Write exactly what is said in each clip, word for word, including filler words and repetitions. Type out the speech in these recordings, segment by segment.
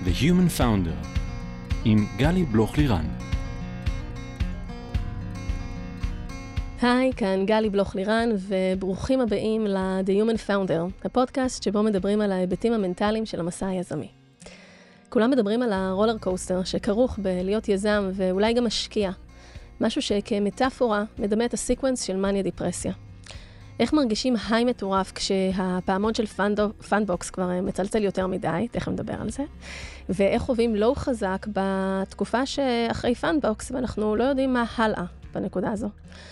The Human Founder עם גלי בלוך-לירן. היי, כאן גלי בלוך-לירן, וברוכים הבאים ל-The Human Founder, הפודקאסט שבו מדברים על ההיבטים המנטליים של המסע היזמי. כולם מדברים על הרולר קוסטר שכרוך בלהיות יזם ואולי גם משקיע, משהו שכמטאפורה מדמה את הסיקוונס של מניה דיפרסיה. איך מרגישים היי מטורף כשהפעמון של פאנבוקס כבר מצלצל יותר מדי, תכף נדבר על זה, ואיך חווים לואו חזק בתקופה שאחרי פאנבוקס, ואנחנו לא יודעים מה הלאה בנקודה הזו.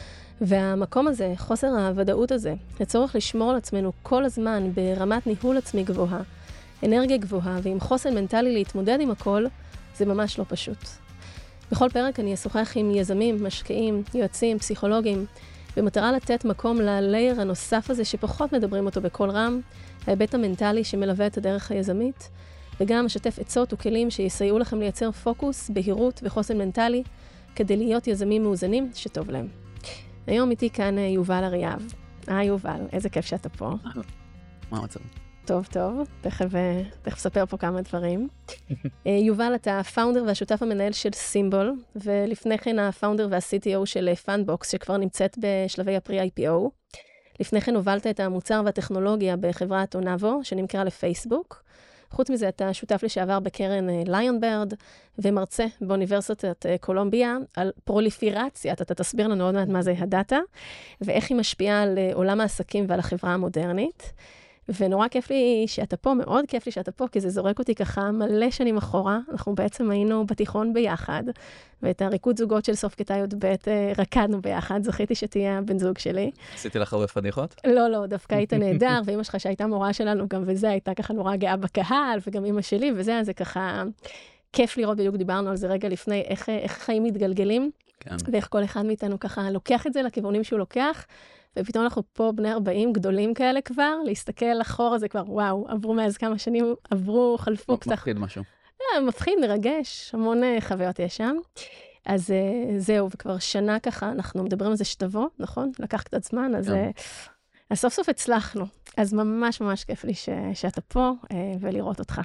והמקום הזה, חוסר הוודאות הזה, הצורך לשמור על עצמנו כל הזמן ברמת ניהול עצמי גבוהה, אנרגיה גבוהה ועם חוסן מנטלי להתמודד עם הכל, זה ממש לא פשוט. בכל פרק אני אשוחח עם יזמים, משקיעים, יועצים, פסיכולוגים, במטרה לתת מקום ללייר הנוסף הזה שפחות מדברים אותו בכל רם, ההיבט המנטלי שמלווה את הדרך היזמית, וגם משתף עצות וכלים שיסייעו לכם לייצר פוקוס, בהירות וחוסן מנטלי, כדי להיות יזמים מאוזנים שטוב להם. היום איתי כאן יובל אריאב. אה, יובל, איזה כיף שאתה פה. מה המצב? טוב, טוב. תכף, תכף ספר פה כמה דברים. יובל, אתה הפאונדר והשותף המנהל של סימבול, ולפני כן הפאונדר וה-סי טי או של פאנבוקס, שכבר נמצאת בשלבי הפרי-איי פי או. לפני כן הובלת את המוצר והטכנולוגיה בחברת אונאבו, שנמכרה לפייסבוק. חוץ מזה, אתה שותף לשעבר בקרן ליונברד, ומרצה באוניברסיטת קולומביה על פרוליפירציית, אתה תסביר לנו עוד מעט מה זה הדאטה, ואיך היא משפיעה על עולם העסקים ועל החברה המודרנית. ונורא כיף לי שאתה פה, מאוד כיף לי שאתה פה, כי זה זורק אותי ככה מלא שנים אחורה. אנחנו בעצם היינו בתיכון ביחד, ואת הריקוד זוגות של סוף כיתה י"ב רקדנו ביחד, זכיתי שתהיה הבן זוג שלי. עשיתי לך הרבה פדיחות? לא, לא, דווקא היית נהדר, ואמא שלך שהייתה מורה שלנו גם וזה, הייתה ככה נורא גאה בקהל, וגם אמא שלי, וזה, זה ככה כיף לראות, בדיוק דיברנו על זה רגע לפני, איך, איך חיים מתגלגלים, כן. ואיך כל אחד מאיתנו ככה לוקח את זה לכיוונים שהוא לוקח, ופתאום אנחנו פה בני ארבעים גדולים כאלה כבר, להסתכל אחורה זה כבר, וואו, עברו מאז כמה שנים, עברו, חלפו קצת. מפחיד משהו. מפחיד, מרגש, המון חוויות יש שם. אז זהו, וכבר שנה ככה, אנחנו מדברים על זה שתבוא, נכון? לקח קצת זמן, אז, אז סוף סוף הצלחנו. אז ממש ממש כיף לי ש, שאתה פה, ולראות אותך.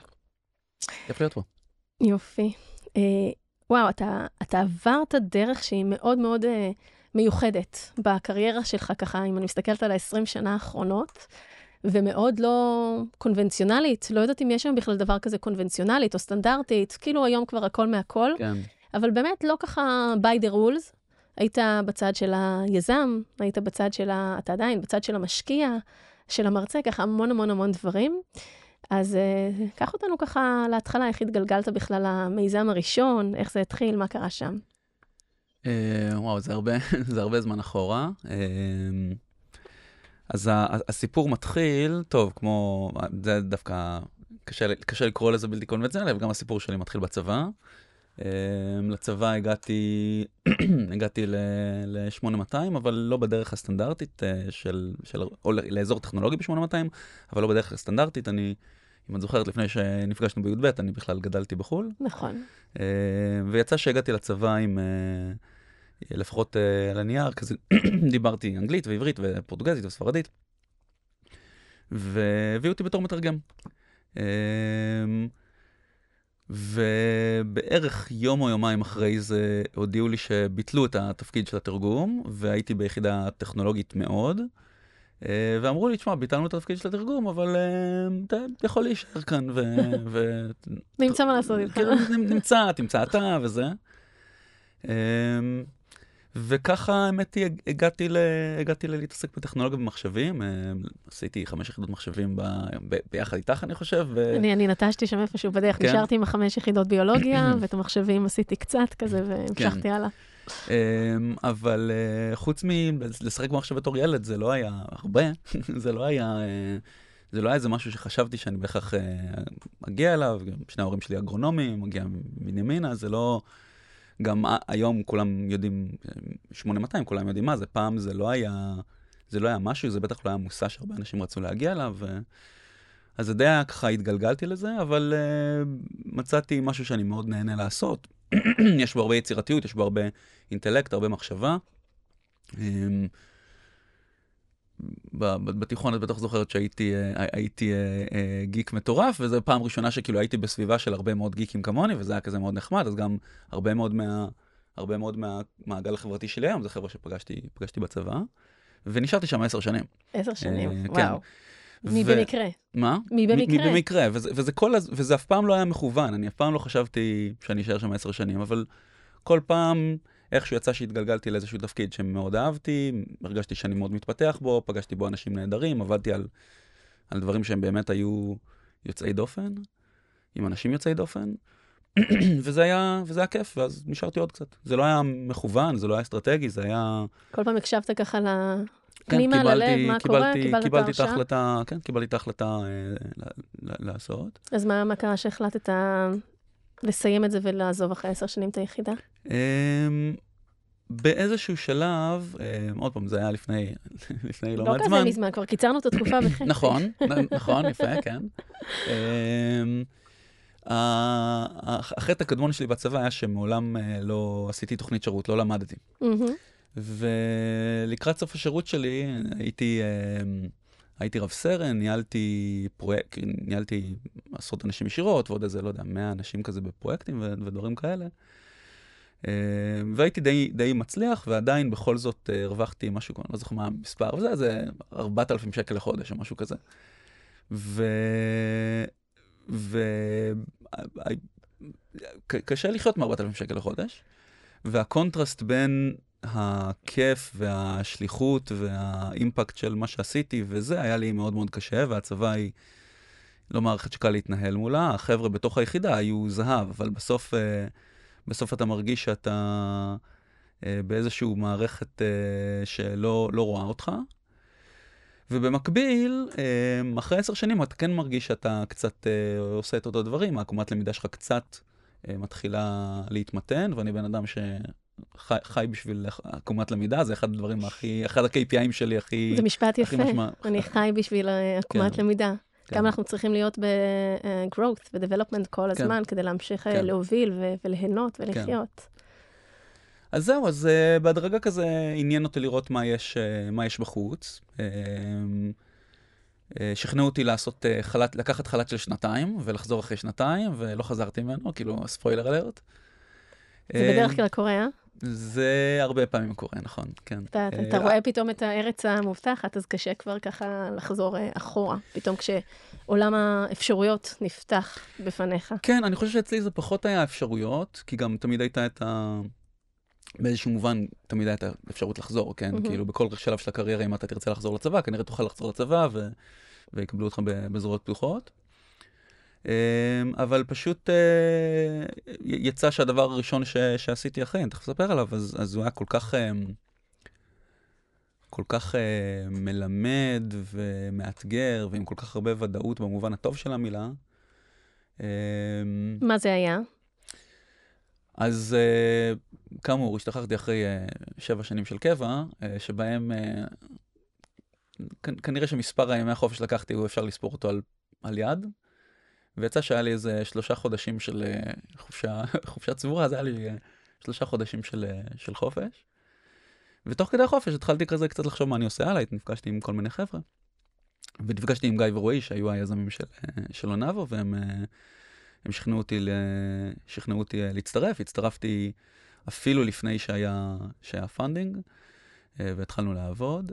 כיף להיות פה. יופי. וואו, אתה, אתה עברת דרך שהיא מאוד מאוד מיוחדת בקריירה שלך ככה, אם אני מסתכלת על ה-עשרים שנה האחרונות, ומאוד לא קונבנציונלית, לא יודעת אם יש שם בכלל דבר כזה קונבנציונלית או סטנדרטית, כאילו היום כבר הכל מהכל, כן. אבל באמת לא ככה by the rules, היית בצד של היזם, היית בצד של, ה... אתה עדיין בצד של המשקיע, של המרצה, ככה המון המון המון דברים, אז uh, קח אותנו ככה להתחלה, איך התגלגלת בכלל המיזם הראשון, איך זה התחיל, מה קרה שם? Uh, וואו, זה הרבה, זה הרבה זמן אחורה. Uh, אז הסיפור מתחיל, טוב, כמו, זה דווקא, קשה, קשה לקרוא לזה בלתי קונבנציונלי, אבל גם הסיפור שלי מתחיל בצבא. לצבא הגעתי, הגעתי ל-שמונה מאתיים, אבל לא בדרך הסטנדרטית של, של, או לאזור טכנולוגי ב-שמונה מאתיים, אבל לא בדרך הסטנדרטית. אני, אם את זוכרת, לפני שנפגשנו בי"ב, אני בכלל גדלתי בחול. נכון. ויצא שהגעתי לצבא עם... לפחות uh, על הנייר, כזה דיברתי אנגלית ועברית ופורטוגזית וספרדית, והביאו אותי בתור מתרגם. Uh, ובערך יום או יומיים אחרי זה הודיעו לי שביטלו את התפקיד של התרגום, והייתי ביחידה טכנולוגית מאוד, uh, ואמרו לי, תשמע, ביטלנו את התפקיד של התרגום, אבל uh, אתה יכול להישאר כאן. ו... ו... נמצא מה לעשות איתך. נמצא, תמצא אתה וזה. Uh, וככה, האמת היא, הגעתי, ל... הגעתי ל... להתעסק בטכנולוגיה במחשבים. עשיתי חמש יחידות מחשבים ב... ב... ביחד איתך, אני חושב. ו... אני, אני נטשתי שם איפשהו בדרך. כן. נשארתי עם החמש יחידות ביולוגיה, ואת המחשבים עשיתי קצת כזה, והמשכתי כן. הלאה. אבל חוץ מלשחק במחשב בתור ילד, זה לא היה הרבה. זה לא היה... זה לא היה איזה משהו שחשבתי שאני בהכרח מגיע אליו. שני ההורים שלי אגרונומים, מגיע מנימינה, זה לא... גם היום כולם יודעים, שמונה מאתיים, כולם יודעים מה זה, פעם זה לא היה, זה לא היה משהו, זה בטח לא היה מושא שהרבה אנשים רצו להגיע אליו, ו... אז זה די ככה התגלגלתי לזה, אבל uh, מצאתי משהו שאני מאוד נהנה לעשות. יש בו הרבה יצירתיות, יש בו הרבה אינטלקט, הרבה מחשבה. Um, בתיכון את בטח זוכרת שהייתי הייתי גיק מטורף, וזו פעם ראשונה שכאילו הייתי בסביבה של הרבה מאוד גיקים כמוני, וזה היה כזה מאוד נחמד, אז גם הרבה מאוד מה, הרבה מאוד מהמעגל החברתי שלי היום, זה חבר'ה שפגשתי, פגשתי בצבא, ונשארתי שם עשר שנים. עשר שנים, כן. וואו. מי במקרה? מה? מי במקרה? מי במקרה, וזה, וזה כל, וזה אף פעם לא היה מכוון, אני אף פעם לא חשבתי שאני אשאר שם עשר שנים, אבל כל פעם איכשהו יצא שהתגלגלתי לאיזשהו תפקיד שמאוד אהבתי, הרגשתי שאני מאוד מתפתח בו, פגשתי בו אנשים נהדרים, עבדתי על, על דברים שהם באמת היו יוצאי דופן, עם אנשים יוצאי דופן, וזה היה, וזה היה כיף, ואז נשארתי עוד קצת. זה לא היה מכוון, זה לא היה אסטרטגי, זה היה... כל פעם הקשבת ככה כן, לפנימה, קיבלתי, ללב, מה קיבלתי, קורה? קיבלת קיבלתי את ההרשאה? ההחלטה, כן, קיבלתי את ההחלטה אה, ל- ל- לעשות. אז מה, מה קרה שהחלטת לסיים את זה ולעזוב אחרי עשר שנים את היחידה? אמ, באיזשהו שלב, אמ, עוד פעם, זה היה לפני, לפני לא לא מעט כזה זמן. מזמן, כבר קיצרנו את התקופה בחצי. נכון, נ- נכון, יפה, כן. אמ, ה- החטא הקדמון שלי בצבא היה שמעולם אה, לא עשיתי תוכנית שירות, לא למדתי. מהמם. ולקראת סוף השירות שלי הייתי, אמ, הייתי רב סרן, ניהלתי פרויקט, ניהלתי עשרות אנשים ישירות, ועוד איזה, לא יודע, מאה אנשים כזה בפרויקטים ו- ודברים כאלה. אמ, והייתי די, די מצליח, ועדיין בכל זאת אה, הרווחתי משהו, אני לא זוכר מה המספר, וזה זה ארבעת אלפים שקל לחודש או משהו כזה. ו... ו... ק- קשה לחיות מ-ארבעת אלפים שקל לחודש, והקונטרסט בין הכיף והשליחות והאימפקט של מה שעשיתי, וזה היה לי מאוד מאוד קשה, והצבא היא לא מערכת שקל להתנהל מולה. החבר'ה בתוך היחידה היו זהב, אבל בסוף, אה, בסוף אתה מרגיש שאתה אה, באיזשהו מערכת אה, שלא לא רואה אותך. ובמקביל, אה, אחרי עשר שנים אתה כן מרגיש שאתה קצת אה, עושה את אותו דברים, העקומת למידה שלך קצת אה, מתחילה להתמתן, ואני בן אדם ש... חי, חי בשביל עקומת למידה, זה אחד הדברים הכי, אחד ה-קיי פי איים שלי הכי... זה משפט הכי יפה, משמע... אני חי בשביל עקומת כן. למידה. כן. גם אנחנו צריכים להיות ב-growth ו-development כל כן. הזמן, כדי להמשיך כן. להוביל ו- וליהנות ולחיות. אז זהו, אז uh, בהדרגה כזה עניין אותי לראות מה יש, uh, מה יש בחוץ. Uh, uh, שכנעו אותי לעשות uh, חלט, לקחת חלט של שנתיים, ולחזור אחרי שנתיים, ולא חזרתי ממנו, כאילו ספוילר אלרט. זה בדרך כלל קורה, אה? זה הרבה פעמים קורה, נכון, כן. אתה, אתה, אתה רואה פתאום את הארץ המובטחת, אז קשה כבר ככה לחזור אחורה, פתאום כשעולם האפשרויות נפתח בפניך. כן, אני חושב שאצלי זה פחות היה אפשרויות, כי גם תמיד הייתה את ה... באיזשהו מובן, תמיד הייתה אפשרות לחזור, כן? Mm-hmm. כאילו, בכל שלב של הקריירה, אם אתה תרצה לחזור לצבא, כנראה תוכל לחזור לצבא, ו... ויקבלו אותך בזרועות פתוחות. אבל פשוט יצא שהדבר הראשון ש... שעשיתי אחרי, אני תכף אספר עליו, אז, אז הוא היה כל כך, כל כך מלמד ומאתגר, ועם כל כך הרבה ודאות במובן הטוב של המילה. מה זה היה? אז כאמור, השתחררתי אחרי שבע שנים של קבע, שבהם כנראה שמספר הימי החופש לקחתי, הוא אפשר לספור אותו על, על יד. ויצא שהיה לי איזה שלושה חודשים של חופשה, חופשה צבורה, אז היה לי שלושה חודשים של, של חופש. ותוך כדי החופש התחלתי כזה קצת לחשוב מה אני עושה הלאה, נפגשתי עם כל מיני חבר'ה. ונפגשתי עם גיא ורועי, שהיו היזמים של, של אונאבו, והם הם שכנעו אותי, שכנעו אותי להצטרף. הצטרפתי אפילו לפני שהיה, שהיה פנדינג, והתחלנו לעבוד.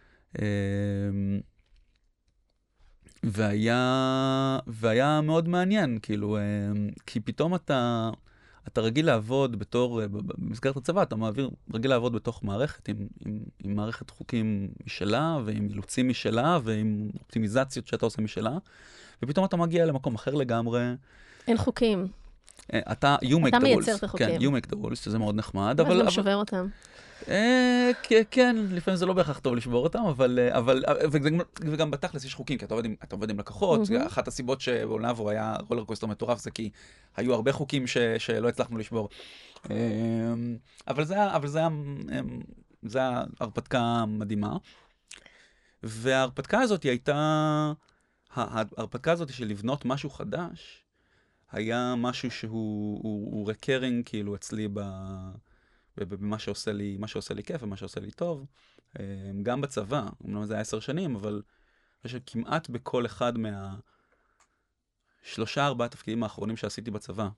והיה, והיה מאוד מעניין, כאילו, כי פתאום אתה, אתה רגיל לעבוד בתור, במסגרת הצבא, אתה מעביר, רגיל לעבוד בתוך מערכת, עם, עם, עם מערכת חוקים משלה, ועם אילוצים משלה, ועם אופטימיזציות שאתה עושה משלה, ופתאום אתה מגיע למקום אחר לגמרי. אין חוקים. אתה, you make אתה the מייצר rules. את החוקים. כן, you make the rules, שזה מאוד נחמד, אבל... אבל... אז גם שובר אותם. כן, לפעמים זה לא בהכרח טוב לשבור אותם, אבל, וגם בתכלס יש חוקים, כי אתה עובד עם לקוחות, אחת הסיבות שבאונאבו היה רולר קוסטר מטורף, זה כי היו הרבה חוקים שלא הצלחנו לשבור. אבל זה היה הרפתקה מדהימה, וההרפתקה הזאת היא הייתה, ההרפתקה הזאת של לבנות משהו חדש, היה משהו שהוא recurring כאילו אצלי ב... במה שעושה לי, מה שעושה לי כיף ומה שעושה לי טוב. גם בצבא, אמנם זה היה עשר שנים, אבל אני חושב שכמעט בכל אחד מהשלושה, ארבעה תפקידים האחרונים שעשיתי בצבא,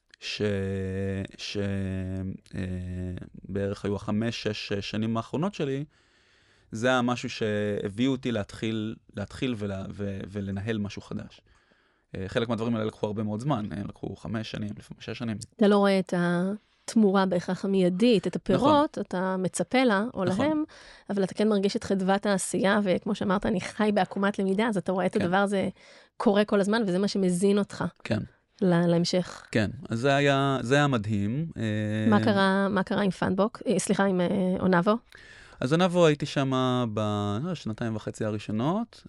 שבערך היו החמש, שש שנים האחרונות שלי, זה היה משהו שהביאו אותי להתחיל, להתחיל ולה, ו, ולנהל משהו חדש. חלק מהדברים האלה לקחו הרבה מאוד זמן, לקחו חמש שנים, לפעמים שש שנים. אתה לא רואה את התמורה בהכרח המיידית, את הפירות, נכון. אתה מצפה לה או נכון. להם, אבל אתה כן מרגיש את חדוות העשייה, וכמו שאמרת, אני חי בעקומת למידה, אז אתה רואה את כן. הדבר הזה קורה כל הזמן, וזה מה שמזין אותך. כן. להמשך. כן, אז זה היה, זה היה מדהים. מה קרה, מה קרה עם פאנבוק? סליחה, עם אונאבו? אז אונאבו הייתי שם בשנתיים וחצי הראשונות.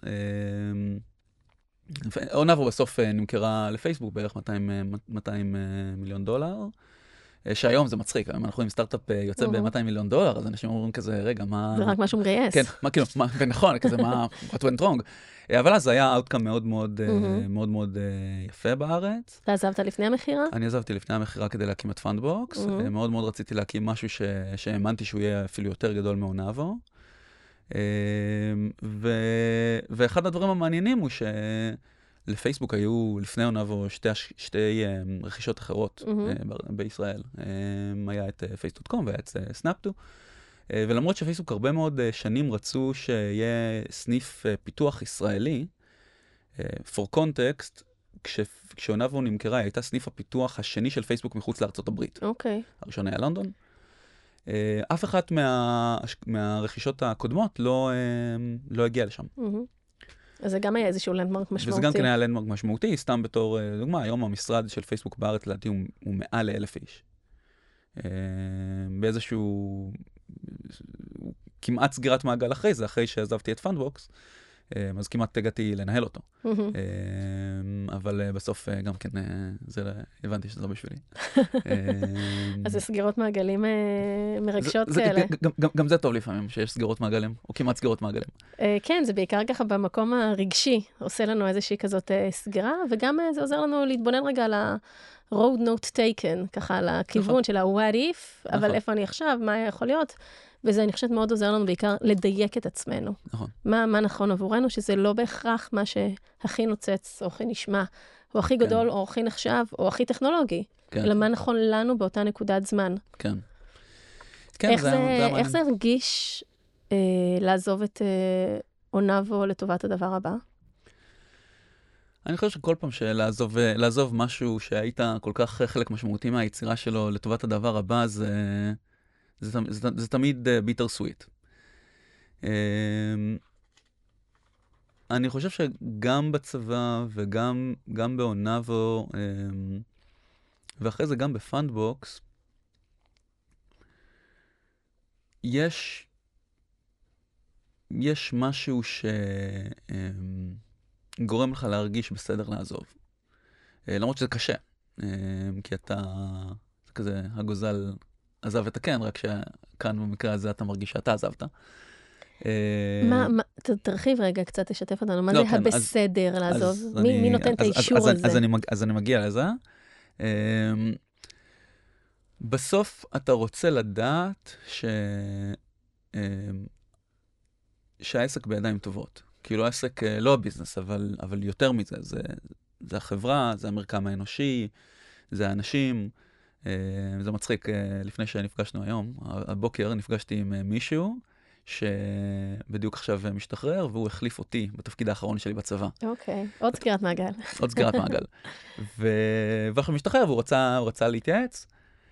אונאבו בסוף נמכרה לפייסבוק בערך מאתיים מיליון דולר. שהיום זה מצחיק, אם אנחנו עם סטארט-אפ יוצא ב-מאתיים מיליון דולר, אז אנשים אומרים כזה, רגע, מה... זה רק משהו מגייס. כן, מה כאילו, ונכון, כזה, מה, what went wrong. אבל אז זה היה אאוטקאם מאוד מאוד, מאוד מאוד יפה בארץ. אתה עזבת לפני המחירה? אני עזבתי לפני המחירה כדי להקים את פאנדבוקס. מאוד מאוד רציתי להקים משהו שהאמנתי שהוא יהיה אפילו יותר גדול מאונאבו. ואחד הדברים המעניינים הוא ש... לפייסבוק היו לפני אונאבו שתי, שתי um, רכישות אחרות mm-hmm. uh, בישראל. Um, היה את uh, פייס דוט קום והיה את uh, סנאפ-טו. Uh, ולמרות שפייסבוק הרבה מאוד uh, שנים רצו שיהיה סניף uh, פיתוח ישראלי, uh, for context, כש, כשאונאבו נמכרה, הייתה סניף הפיתוח השני של פייסבוק מחוץ לארצות הברית. אוקיי. Okay. הראשון היה לונדון. Uh, אף אחת מה, מהרכישות הקודמות לא, uh, לא הגיעה לשם. Mm-hmm. אז זה גם היה איזשהו לנדמרק משמעותי. וזה גם כן היה לנדמרק משמעותי, סתם בתור דוגמה, היום המשרד של פייסבוק בארץ לדעתי הוא, הוא מעל לאלף איש. באיזשהו, כמעט סגירת מעגל אחרי זה, אחרי שעזבתי את פאנדבוקס, אז כמעט הגעתי לנהל אותו. אבל בסוף גם כן, הבנתי שזה לא בשבילי. אז זה סגירות מעגלים מרגשות כאלה. גם זה טוב לפעמים, שיש סגירות מעגלים, או כמעט סגירות מעגלים. כן, זה בעיקר ככה במקום הרגשי, עושה לנו איזושהי כזאת סגירה, וגם זה עוזר לנו להתבונן רגע על ה-road note taken, ככה על הכיוון של ה-what if, אבל איפה אני עכשיו, מה יכול להיות. וזה, אני חושבת, מאוד עוזר לנו בעיקר לדייק את עצמנו. נכון. מה, מה נכון עבורנו, שזה לא בהכרח מה שהכי נוצץ, או הכי נשמע, או הכי גדול, כן. או הכי נחשב, או הכי טכנולוגי. כן. אלא מה נכון לנו באותה נקודת זמן. כן. כן, איך זה, זה, זה איך זה הרגיש אה, לעזוב את אה, אונאבו לטובת הדבר הבא? אני חושב שכל פעם שלעזוב לעזוב משהו שהיית כל כך חלק משמעותי מהיצירה שלו לטובת הדבר הבא, זה... זה, זה, זה תמיד ביטר סוויט. Uh, אני חושב שגם בצבא וגם גם באונאבו, um, ואחרי זה גם בפאנדבוקס, יש, יש משהו שגורם um, לך להרגיש בסדר לעזוב. Uh, למרות שזה קשה, uh, כי אתה, זה כזה הגוזל... עזב את הכן, רק שכאן במקרה הזה אתה מרגיש שאתה עזבת. מה, תרחיב רגע קצת, תשתף אותנו, מה זה הבסדר לעזוב? מי נותן את האישור הזה? אז אני מגיע לזה. בסוף אתה רוצה לדעת שהעסק בידיים טובות. כאילו העסק, לא הביזנס, אבל יותר מזה. זה החברה, זה המרקם האנושי, זה האנשים, זה מצחיק, לפני שנפגשנו היום, הבוקר נפגשתי עם מישהו שבדיוק עכשיו משתחרר, והוא החליף אותי בתפקיד האחרון שלי בצבא. אוקיי, עוד סגירת מעגל. עוד סגירת מעגל. ואחרי משתחרר, והוא רצה, הוא רצה להתייעץ,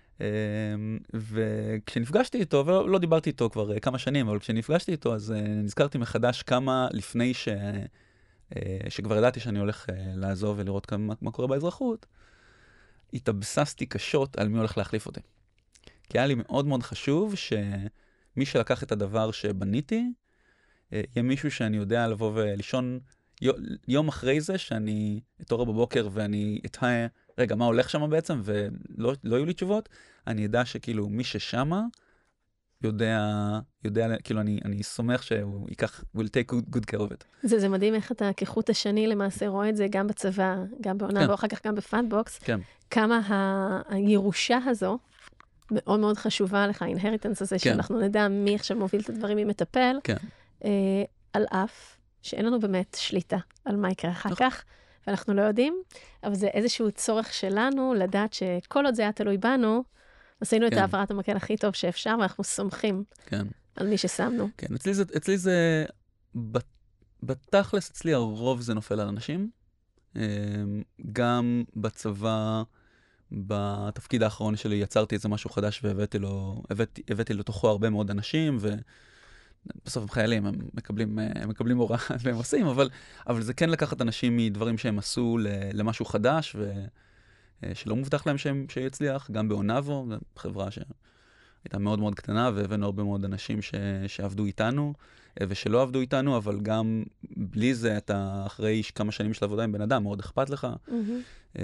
וכשנפגשתי איתו, ולא לא דיברתי איתו כבר כמה שנים, אבל כשנפגשתי איתו, אז נזכרתי מחדש כמה לפני ש... שכבר ידעתי שאני הולך לעזוב ולראות כמה, מה קורה באזרחות, התאבססתי קשות על מי הולך להחליף אותי. כי היה לי מאוד מאוד חשוב שמי שלקח את הדבר שבניתי, יהיה מישהו שאני יודע לבוא ולישון יום אחרי זה, שאני אתעורר בבוקר ואני אתהה, רגע, מה הולך שם בעצם, ולא לא יהיו לי תשובות, אני ידע שכאילו מי ששמה, יודע, יודע, כאילו אני, אני סומך שהוא ייקח, will take good, good care of it. זה, זה מדהים איך אתה כחוט השני למעשה רואה את זה גם בצבא, גם בעונה, כן. ואחר כך גם בפאנדבוקס. כן. כמה ה, הירושה הזו מאוד מאוד חשובה לך, האינהריטנס הזה, כן. שאנחנו נדע מי עכשיו מוביל את הדברים, מי מטפל, כן. אה, על אף שאין לנו באמת שליטה על מה יקרה אחר נכון. כך, ואנחנו לא יודעים, אבל זה איזשהו צורך שלנו לדעת שכל עוד זה היה תלוי בנו, עשינו כן. את העברת המקל הכי טוב שאפשר, ואנחנו סומכים כן. על מי ששמנו. כן, אצלי זה, אצלי זה, בת- בתכלס אצלי הרוב זה נופל על אנשים. אמ, גם בצבא, בתפקיד האחרון שלי יצרתי איזה משהו חדש והבאתי לו, הבאתי, הבאתי לתוכו הרבה מאוד אנשים, ובסוף הם חיילים, הם מקבלים, הם מקבלים הוראה והם עושים, אבל, אבל זה כן לקחת אנשים מדברים שהם עשו ל- למשהו חדש, ושלא מובטח להם שהם, שיצליח, גם באונאבו, חברה שהייתה מאוד מאוד קטנה, והבאנו הרבה מאוד אנשים ש, שעבדו איתנו, ושלא עבדו איתנו, אבל גם בלי זה, אתה אחרי כמה שנים של עבודה עם בן אדם, מאוד אכפת לך. Mm-hmm.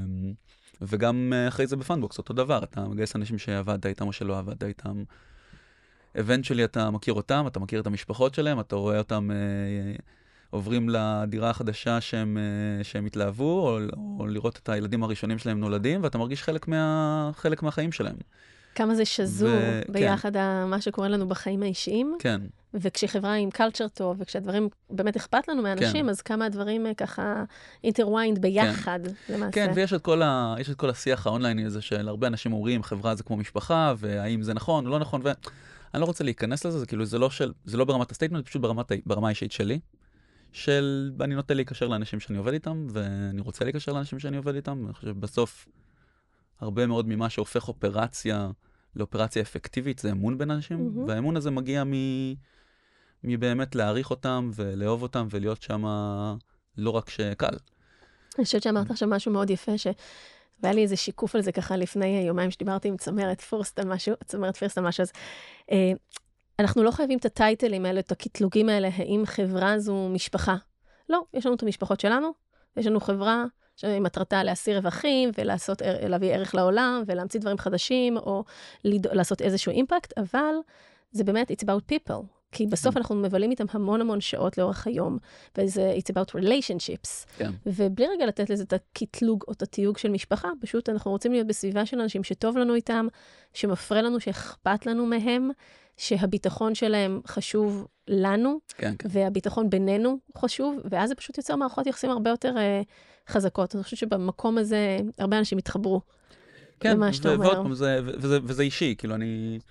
וגם אחרי זה בפאנבוקס, אותו דבר, אתה מגייס אנשים שעבדת איתם או שלא עבדת איתם. אבנטשלי אתה מכיר אותם, אתה מכיר את המשפחות שלהם, אתה רואה אותם אה, עוברים לדירה החדשה שהם, אה, שהם התלהבו, או, או לראות את הילדים הראשונים שלהם נולדים, ואתה מרגיש חלק, מה, חלק מהחיים שלהם. כמה זה שזור ו- ביחד ה- מה שקורה לנו בחיים האישיים, כן, וכשחברה עם קלצ'ר טוב, וכשהדברים באמת אכפת לנו מאנשים, כן. אז כמה הדברים אה, ככה אינטרוויינד ביחד, למעשה. כן, ויש את כל, ה, יש את כל השיח האונלייני הזה של הרבה אנשים אומרים, חברה זה כמו משפחה, והאם זה נכון או לא נכון, ואני לא רוצה להיכנס לזה, זה כאילו, זה לא, של, זה לא ברמת הסטייטמנט, פשוט ברמת, ברמה האישית שלי, של אני נוטה להיקשר לאנשים שאני עובד איתם, ואני רוצה להיקשר לאנשים שאני עובד איתם, אני חושב בסוף, הרבה מאוד ממה שהופך אופרציה לאופרציה אפקטיבית, זה אמון בין אנשים, Mm-hmm. והאמון הזה מגיע מ... מבאמת להעריך אותם ולאהוב אותם ולהיות שם לא רק שקל. אני חושבת שאמרת עכשיו משהו מאוד יפה, והיה לי איזה שיקוף על זה ככה לפני יומיים שדיברתי עם צמרת פורסט על משהו, צמרת פורסט על משהו, אז אה, אנחנו לא חייבים את הטייטלים האלה, את הקטלוגים האלה, האם חברה זו משפחה. לא, יש לנו את המשפחות שלנו, יש לנו חברה שמטרתה להשיא רווחים, ולעשות, להביא ערך לעולם, ולהמציא דברים חדשים, או לד... לעשות איזשהו אימפקט, אבל זה באמת, it's about people. כי בסוף אנחנו מבלים איתם המון המון שעות לאורך היום, וזה, it's about relationships. כן. ובלי רגע לתת לזה את הקטלוג או את התיוג של משפחה, פשוט אנחנו רוצים להיות בסביבה של אנשים שטוב לנו איתם, שמפרה לנו, שאכפת לנו מהם, שהביטחון שלהם חשוב לנו, כן, כן. והביטחון בינינו חשוב, ואז זה פשוט יוצר מערכות יחסים הרבה יותר uh, חזקות. אני חושבת שבמקום הזה הרבה אנשים התחברו. כן, למה שאתה ו- אומר. ועוד פעם, זה, וזה, וזה אישי, כאילו אני...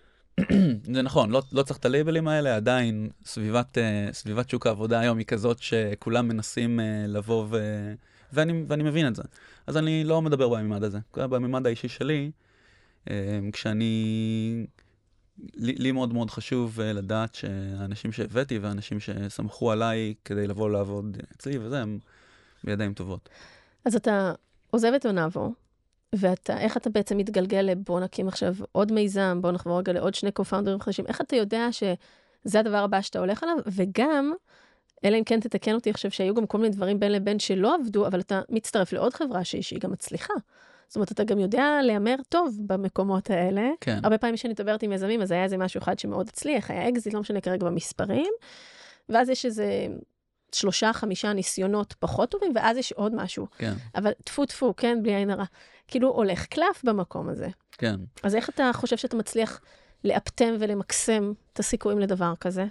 זה נכון, לא, לא צריך את הלייבלים האלה, עדיין סביבת, uh, סביבת שוק העבודה היום היא כזאת שכולם מנסים uh, לבוא ו... ואני, ואני מבין את זה. אז אני לא מדבר בממד הזה. בממד האישי שלי, uh, כשאני... לי, לי מאוד מאוד חשוב uh, לדעת שהאנשים שהבאתי והאנשים שסמכו עליי כדי לבוא לעבוד אצלי וזה, הם בידיים טובות. אז אתה עוזב את אונאבו, ואיך אתה בעצם מתגלגל לבוא נקים עכשיו עוד מיזם, בוא נחבור רגע לעוד שני קו-פאונדרים חדשים, איך אתה יודע שזה הדבר הבא שאתה הולך עליו, וגם, אלא אם כן תתקן אותי עכשיו שהיו גם כל מיני דברים בין לבין שלא עבדו, אבל אתה מצטרף לעוד חברה שהיא, שהיא גם מצליחה. זאת אומרת, אתה גם יודע להיאמר טוב במקומות האלה. כן. הרבה פעמים שאני מדברת עם יזמים, אז היה איזה משהו אחד שמאוד הצליח, היה אקזיט, לא משנה כרגע במספרים, ואז יש איזה שלושה, חמישה ניסיונות פחות טובים, ואז יש עוד משהו. כן. אבל טפו טפו, כן, בלי עין הרע. כאילו הולך קלף במקום הזה. כן. אז איך אתה חושב שאתה מצליח לאפטם ולמקסם את הסיכויים לדבר כזה?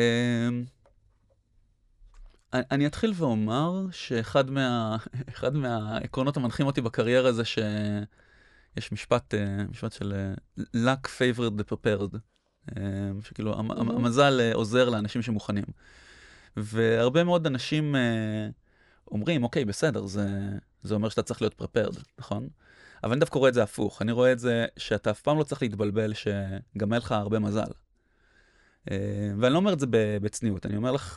אני אתחיל ואומר שאחד מה, אחד מהעקרונות המנחים אותי בקריירה זה שיש משפט, משפט של luck favored the prepared, שכאילו המזל עוזר לאנשים שמוכנים. והרבה מאוד אנשים אומרים, אוקיי, בסדר, זה, זה אומר שאתה צריך להיות prepared, נכון? אבל אני דווקא רואה את זה הפוך. אני רואה את זה שאתה אף פעם לא צריך להתבלבל שגם היה לך הרבה מזל. ואני לא אומר את זה בצניעות, אני אומר לך,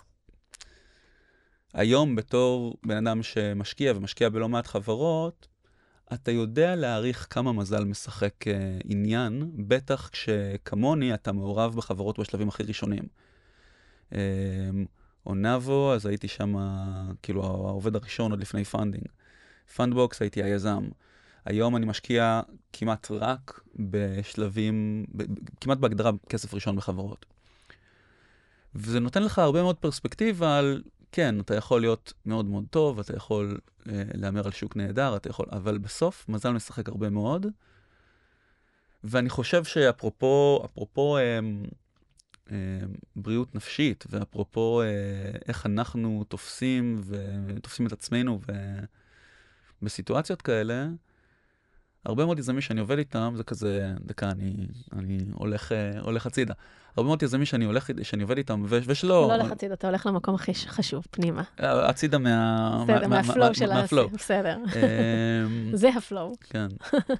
היום בתור בן אדם שמשקיע ומשקיע בלא מעט חברות, אתה יודע להעריך כמה מזל משחק אה, עניין, בטח כשכמוני אתה מעורב בחברות בשלבים הכי ראשונים. אה, אונאבו, אז הייתי שם, כאילו העובד הראשון עוד לפני פנדינג. פנדבוקס הייתי היזם. היום אני משקיע כמעט רק בשלבים, ב, כמעט בהגדרה כסף ראשון בחברות. וזה נותן לך הרבה מאוד פרספקטיבה על, כן, אתה יכול להיות מאוד מאוד טוב, אתה יכול אה, לאמר על שוק נהדר, אתה יכול, אבל בסוף מזל משחק הרבה מאוד, ואני חושב שאפרופו, אפרופו אה, אה, בריאות נפשית, ואפרופו אה, איך אנחנו תופסים ותופסים את עצמנו בסיטואציות כאלה, הרבה מאוד יזמים שאני עובד איתם, זה כזה, דקה, אני, אני הולך, הולך הצידה. הרבה מאוד יזמים שאני הולך, שאני עובד איתם, ו- ושלא... אתה לא הולך הצידה, אתה הולך למקום הכי חשוב, פנימה. הצידה מה... בסדר, מהפלואו של העשייה, בסדר. זה הפלואו. כן.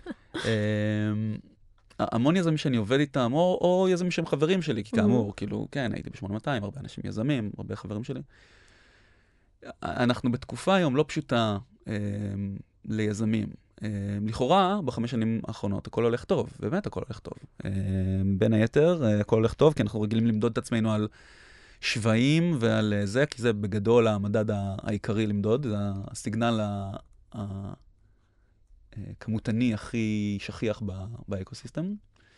המון יזמים שאני עובד איתם, או, או יזמים שהם חברים שלי, כי כאמור, כאילו, כן, הייתי ב-שמונה מאתיים, הרבה אנשים יזמים, הרבה חברים שלי. אנחנו בתקופה היום לא פשוטה ליזמים. לכאורה, בחמש שנים האחרונות, הכל הולך טוב. באמת, הכל הולך טוב. בין היתר, הכל הולך טוב, כי אנחנו רגילים למדוד את עצמנו על שוויים ועל זה, כי זה בגדול המדד העיקרי למדוד, זה הסיגנל הכמותני הכי שכיח באקוסיסטם.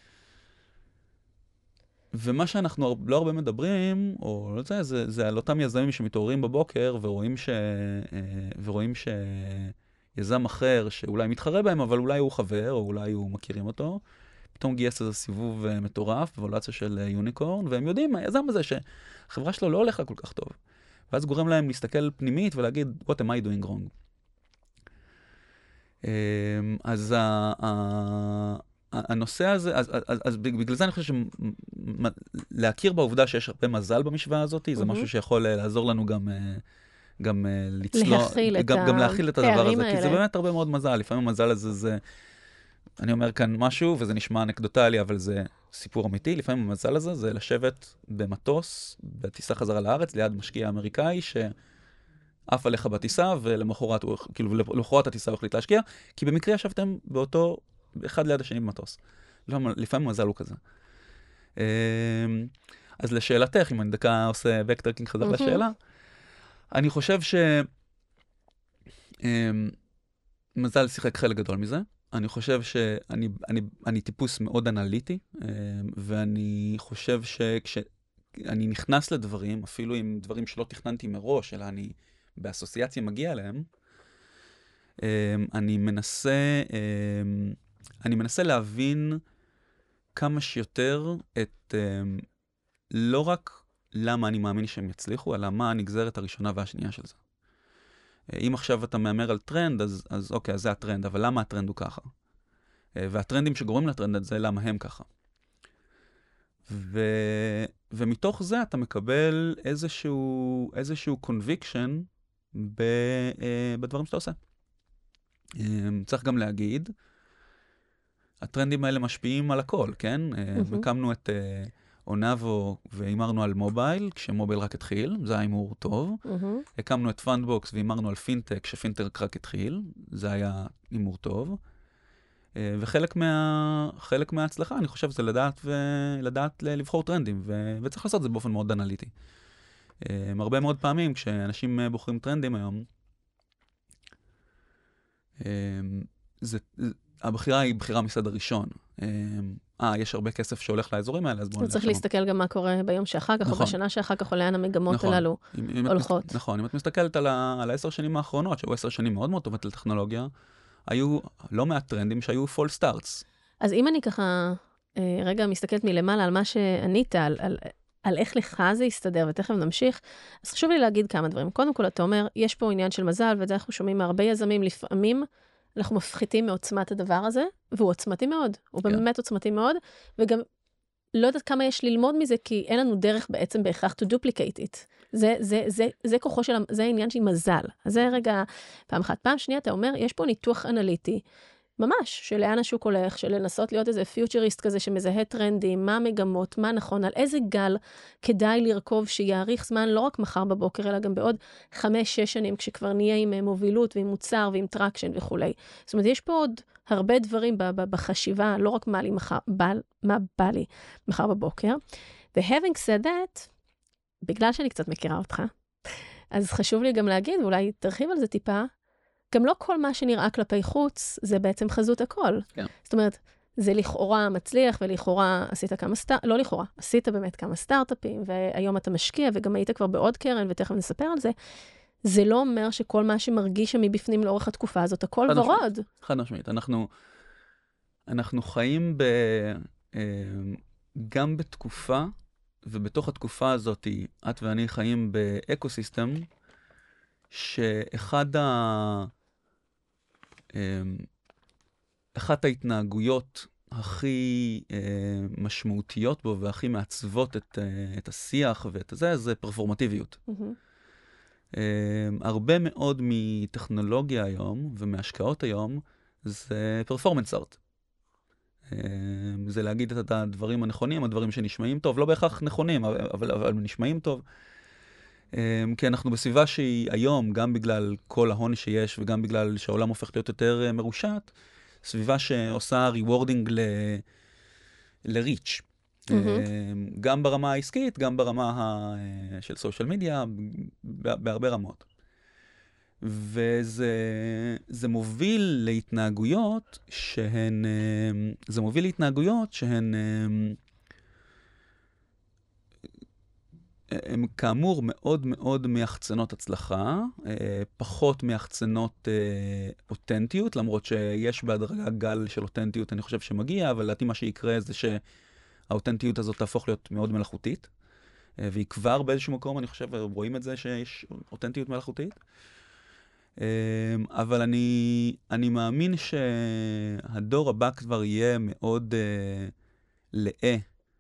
ומה שאנחנו לא הרבה מדברים, או לא יודע, זה, זה על אותם יזמים שמתעוררים בבוקר ורואים ש... ורואים ש... יזם אחר שאולי מתחרה בהם, אבל אולי הוא חבר, או אולי הוא מכירים אותו, פתאום גייס איזה סיבוב מטורף, בוולואציה של יוניקורן, והם יודעים, היזם הזה שהחברה שלו לא הולך לה כל כך טוב. ואז גורם להם להסתכל פנימית ולהגיד, what am I doing wrong? אז הנושא הזה, אז, אז, אז בגלל זה אני חושב שלהכיר בעובדה שיש הרבה מזל במשוואה הזאת, זה משהו שיכול לעזור לנו גם... גם לצלוח, גם, גם להכיל את הדבר הזה, האלה. כי זה באמת הרבה מאוד מזל. לפעמים המזל הזה זה, אני אומר כאן משהו, וזה נשמע אנקדוטלי, אבל זה סיפור אמיתי. לפעמים המזל הזה זה לשבת במטוס, בטיסה חזרה לארץ, ליד משקיע אמריקאי, שעף עליך בטיסה, ולמחרת, כאילו, למחרת הטיסה הוא החליט להשקיע, כי במקרה ישבתם באותו, אחד ליד השני במטוס. לפעמים המזל הוא כזה. אז לשאלתך, אם אני דקה עושה בקטרקינג חזר לשאלה, אני חושב שמזל שיחק חלק גדול מזה. אני חושב שאני אני, אני טיפוס מאוד אנליטי, ואני חושב שכשאני נכנס לדברים, אפילו עם דברים שלא תכננתי מראש, אלא אני באסוציאציה מגיע אליהם, אני מנסה, אני מנסה להבין כמה שיותר את, לא רק למה אני מאמין שהם יצליחו, אלא מה הנגזרת הראשונה והשנייה של זה. אם עכשיו אתה מאמר על טרנד, אז, אז אוקיי, אז זה הטרנד, אבל למה הטרנד הוא ככה? והטרנדים שגורמים לטרנד הזה, למה הם ככה? ו, ומתוך זה אתה מקבל איזשהו, איזשהו conviction ב, בדברים שאתה עושה. צריך גם להגיד, הטרנדים האלה משפיעים על הכל, כן? Mm-hmm. הקמנו את... אונאבו, והימרנו על מובייל, כשמובייל רק התחיל, זה היה הימור טוב. Mm-hmm. הקמנו את פאנדבוקס והימרנו על פינטק, כשפינטק רק התחיל, זה היה הימור טוב. וחלק מה, חלק מההצלחה, אני חושב, זה לדעת, ו... לדעת לבחור טרנדים, ו... וצריך לעשות את זה באופן מאוד אנליטי. הרבה מאוד פעמים, כשאנשים בוחרים טרנדים היום, זה... הבחירה היא בחירה מסד הראשון. אה, יש הרבה כסף שהולך לאזורים האלה, אז בואו נלך. צריך להסתכל גם מה קורה ביום שאחר כך, או בשנה שאחר כך, או לאן המגמות הללו הולכות. נכון, אם את מסתכלת על העשר שנים האחרונות, שהיו עשר שנים מאוד מאוד טובות לטכנולוגיה, היו לא מעט טרנדים שהיו פול סטארטס. אז אם אני ככה, רגע מסתכלת מלמעלה על מה שענית, על איך לך זה יסתדר, ותכף נמשיך, אז חשוב לי להגיד כמה דברים. קודם כל, אתה אומר, יש פה עניין של מזל, ואת זה אנחנו שומעים מהרבה יזמים, לפעמים אנחנו מפחיתים מעוצמת הדבר הזה, והוא עוצמתי מאוד, הוא באמת עוצמתי מאוד, וגם לא יודעת כמה יש ללמוד מזה, כי אין לנו דרך בעצם בהכרח to duplicate it. זה, זה, זה, זה כוחו של, זה העניין של מזל. אז זה רגע, פעם אחת. פעם שנייה, אתה אומר, יש פה ניתוח אנליטי, ממש, שלאן השוק הולך, של לנסות להיות איזה פיוטריסט כזה שמזהה טרנדים, מה המגמות, מה נכון, על איזה גל כדאי לרכוב שיאריך זמן, לא רק מחר בבוקר, אלא גם בעוד חמש, שש שנים, כשכבר נהיה עם מובילות ועם מוצר ועם טרקשן וכולי. זאת אומרת, יש פה עוד הרבה דברים בחשיבה, לא רק מה לי מחר, מה בא לי מחר בבוקר. ו-having said that, בגלל שאני קצת מכירה אותך, אז חשוב לי גם להגיד, ואולי תרחיב על זה טיפה, גם לא כל מה שנראה כלפי חוץ, זה בעצם חזות הכל. כן. זאת אומרת, זה לכאורה מצליח, ולכאורה עשית כמה סטארט, לא לכאורה, עשית באמת כמה סטארט-אפים, והיום אתה משקיע, וגם היית כבר בעוד קרן, ותכף נספר על זה. זה לא אומר שכל מה שמרגיש מבפנים לאורך התקופה הזאת, הכל ורוד. חד משמעית. אנחנו, אנחנו חיים ב... גם בתקופה, ובתוך התקופה הזאת, את ואני חיים באקוסיסטם, שאחד ה... אחת ההתנהגויות הכי משמעותיות בו, והכי מעצבות את, את השיח ואת זה, זה פרפורמטיביות. Mm-hmm. הרבה מאוד מטכנולוגיה היום, ומהשקעות היום, זה פרפורמנס ארט. זה להגיד את הדברים הנכונים, הדברים שנשמעים טוב, לא בהכרח נכונים, אבל, אבל נשמעים טוב. כי אנחנו בסביבה שהיא היום, גם בגלל כל ההון שיש, וגם בגלל שהעולם הופך להיות יותר מרושת, סביבה שעושה ריוורדינג ל-reach. Mm-hmm. גם ברמה העסקית, גם ברמה של סושיאל מדיה, בהרבה רמות. וזה זה מוביל להתנהגויות שהן, זה מוביל להתנהגויות שהן, הם כאמור מאוד מאוד מיחצנות הצלחה, פחות מיחצנות אותנטיות, למרות שיש בהדרגה גל של אותנטיות, אני חושב שמגיע, אבל לדעתי מה שיקרה זה שהאותנטיות הזאת תהפוך להיות מאוד מלאכותית, והיא כבר באיזשהו מקום, אני חושב, רואים את זה שיש אותנטיות מלאכותית. אבל אני, אני מאמין שהדור הבא כבר יהיה מאוד לאה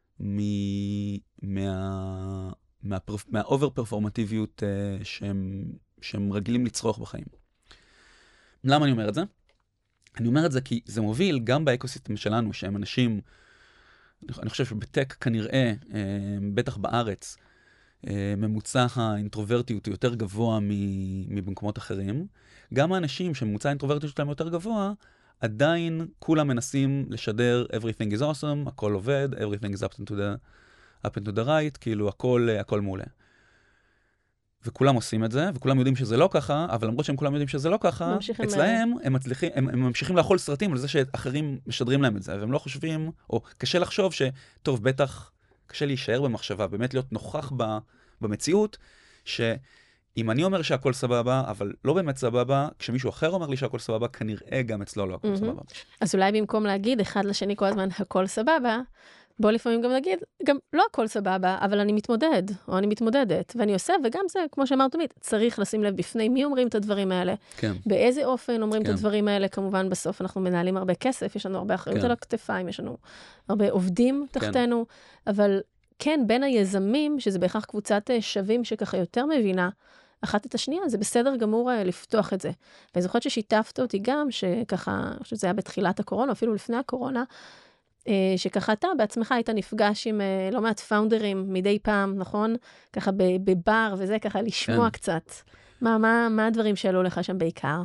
מה... מהאובר פרפורמטיביות שהם, שהם רגילים לצרוך בחיים. למה אני אומר את זה? אני אומר את זה כי זה מוביל גם באקוסיסטם שלנו, שהם אנשים, אני חושב שבטק כנראה, בטח בארץ, ממוצע האינטרוברטיות הוא יותר גבוה מבמקומות אחרים. גם האנשים שממוצע האינטרוברטיות שלהם יותר גבוה, עדיין כולם מנסים לשדר everything is awesome, הכל עובד, everything is up to the up and to the right, כאילו הכל, הכל מעולה. וכולם עושים את זה, וכולם יודעים שזה לא ככה, אבל למרות שהם כולם יודעים שזה לא ככה, אצלהם הם, מצליחים, הם, הם ממשיכים לאכול סרטים על זה שאחרים משדרים להם את זה, והם לא חושבים, או קשה לחשוב שטוב, בטח קשה להישאר במחשבה, באמת להיות נוכח ב, במציאות, שאם אני אומר שהכל סבבה, אבל לא באמת סבבה, כשמישהו אחר אומר לי שהכל סבבה, כנראה גם אצלו לא הכל סבבה. אז אולי במקום להגיד אחד לשני כל הזמן הכל סבבה, בוא לפעמים גם נגיד, גם לא הכל סבבה, אבל אני מתמודד, או אני מתמודדת, ואני עושה, וגם זה, כמו שאמרת תמיד, צריך לשים לב בפני מי אומרים את הדברים האלה, כן. באיזה אופן אומרים כן. את הדברים האלה, כמובן בסוף אנחנו מנהלים הרבה כסף, יש לנו הרבה אחריות כן. על הכתפיים, יש לנו הרבה עובדים תחתנו, כן. אבל כן, בין היזמים, שזה בהכרח קבוצת שווים שככה יותר מבינה, אחת את השנייה, זה בסדר גמור לפתוח את זה. ואני זוכרת ששיתפת אותי גם, שככה, שזה היה בתחילת הקורונה, אפילו לפני הקורונה, שככה אתה בעצמך היית נפגש עם לא מעט פאונדרים מדי פעם, נכון? ככה בבר וזה, ככה לשמוע קצת. מה, מה, מה הדברים שעלו לך שם בעיקר?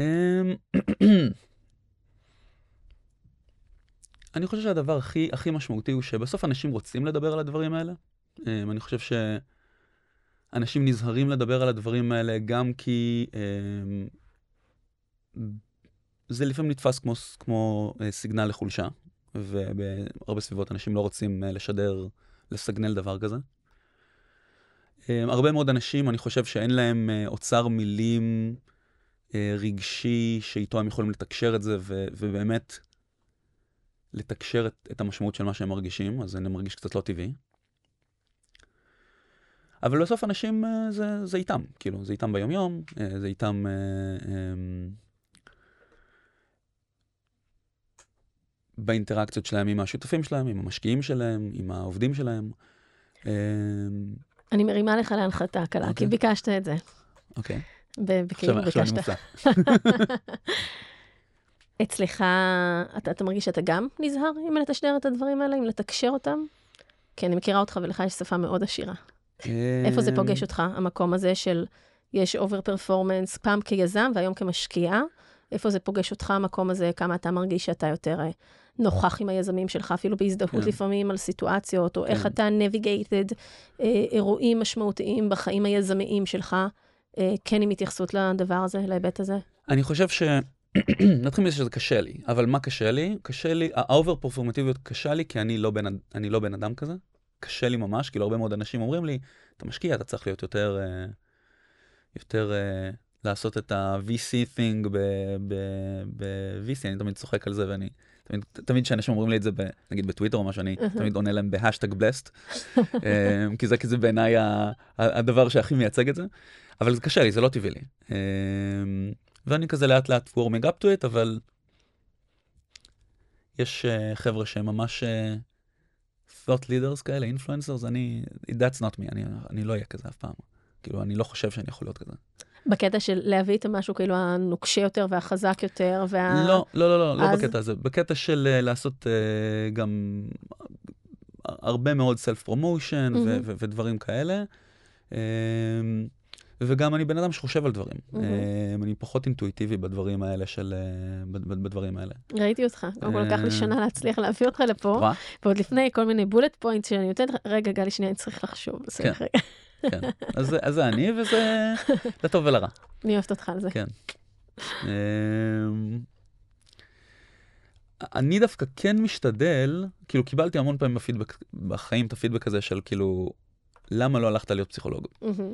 אני חושב שהדבר הכי, הכי משמעותי הוא שבסוף אנשים רוצים לדבר על הדברים האלה. אני חושב שאנשים נזהרים לדבר על הדברים האלה גם כי זה לפעמים נתפס כמו, כמו סיגנל לחולשה. ובהרבה סביבות אנשים לא רוצים לשדר, לסגנל דבר כזה. הרבה מאוד אנשים, אני חושב שאין להם אוצר מילים רגשי, שאיתו הם יכולים לתקשר את זה, ובאמת לתקשר את, את המשמעות של מה שהם מרגישים, אז זה מרגיש קצת לא טבעי. אבל בסוף אנשים, זה, זה איתם, כאילו, זה איתם ביום-יום, זה איתם... באינטראקציות שלהם עם השותפים שלהם, עם המשקיעים שלהם, עם העובדים שלהם. אני מרימה לך להנחתה קלה, כי ביקשת את זה. אוקיי. עכשיו אני מוצא. אצלך, אתה מרגיש שאתה גם נזהר אם לתשדר את הדברים האלה, אם לתקשר אותם? כי אני מכירה אותך ולך יש שפה מאוד עשירה. איפה זה פוגש אותך, המקום הזה של יש אובר פרפורמנס, פעם כיזם והיום כמשקיעה? איפה זה פוגש אותך, המקום הזה, כמה אתה מרגיש שאתה יותר נוכח עם היזמים שלך, אפילו בהזדהות לפעמים על סיטואציות, או איך אתה navigated אירועים משמעותיים בחיים היזמיים שלך, כן עם התייחסות לדבר הזה, להיבט הזה? אני חושב ש... נתחיל מזה שזה קשה לי, אבל מה קשה לי? קשה לי, האובר פרפורמטיביות קשה לי, כי אני לא בן, אני לא בן אדם כזה. קשה לי ממש, כאילו הרבה מאוד אנשים אומרים לי, אתה משקיע, אתה צריך להיות יותר... יותר... לעשות את ה-וי סי thing ב-וי סי, אני תמיד צוחק על זה, ואני תמיד, תמיד שאנשים אומרים לי את זה, ב, נגיד בטוויטר או משהו, אני תמיד עונה להם בהשטג בלסט, כי זה כזה בעיניי הדבר שהכי מייצג את זה, אבל זה קשה לי, זה לא טבעי לי. ואני כזה לאט לאט warming up to it, אבל יש חבר'ה שהם ממש thought leaders כאלה, influencers, אני, that's not me, אני, אני לא אהיה כזה אף פעם. כאילו, אני לא חושב שאני יכול להיות כזה. בקטע של להביא את המשהו כאילו הנוקשה יותר והחזק יותר, וה... לא, לא, לא, לא, אז... לא בקטע הזה. בקטע של uh, לעשות uh, גם הרבה מאוד self-promotion mm-hmm. ו- ו- ודברים כאלה. Um, וגם אני בן אדם שחושב על דברים. Mm-hmm. Um, אני פחות אינטואיטיבי בדברים האלה של... Uh, בדברים האלה. ראיתי אותך. קודם כל לקח לי שנה להצליח להביא אותך לפה. ועוד לפני כל מיני בולט פוינטס שאני נותנת, רגע, גלי, שנייה, אני צריך לחשוב. כן. כן, אז, אז זה אני, וזה לטוב ולרע. אני אוהבת אותך על זה. כן. אני דווקא כן משתדל, כאילו קיבלתי המון פעמים בפידבק, בחיים את הפידבק הזה של כאילו, למה לא הלכת להיות פסיכולוג?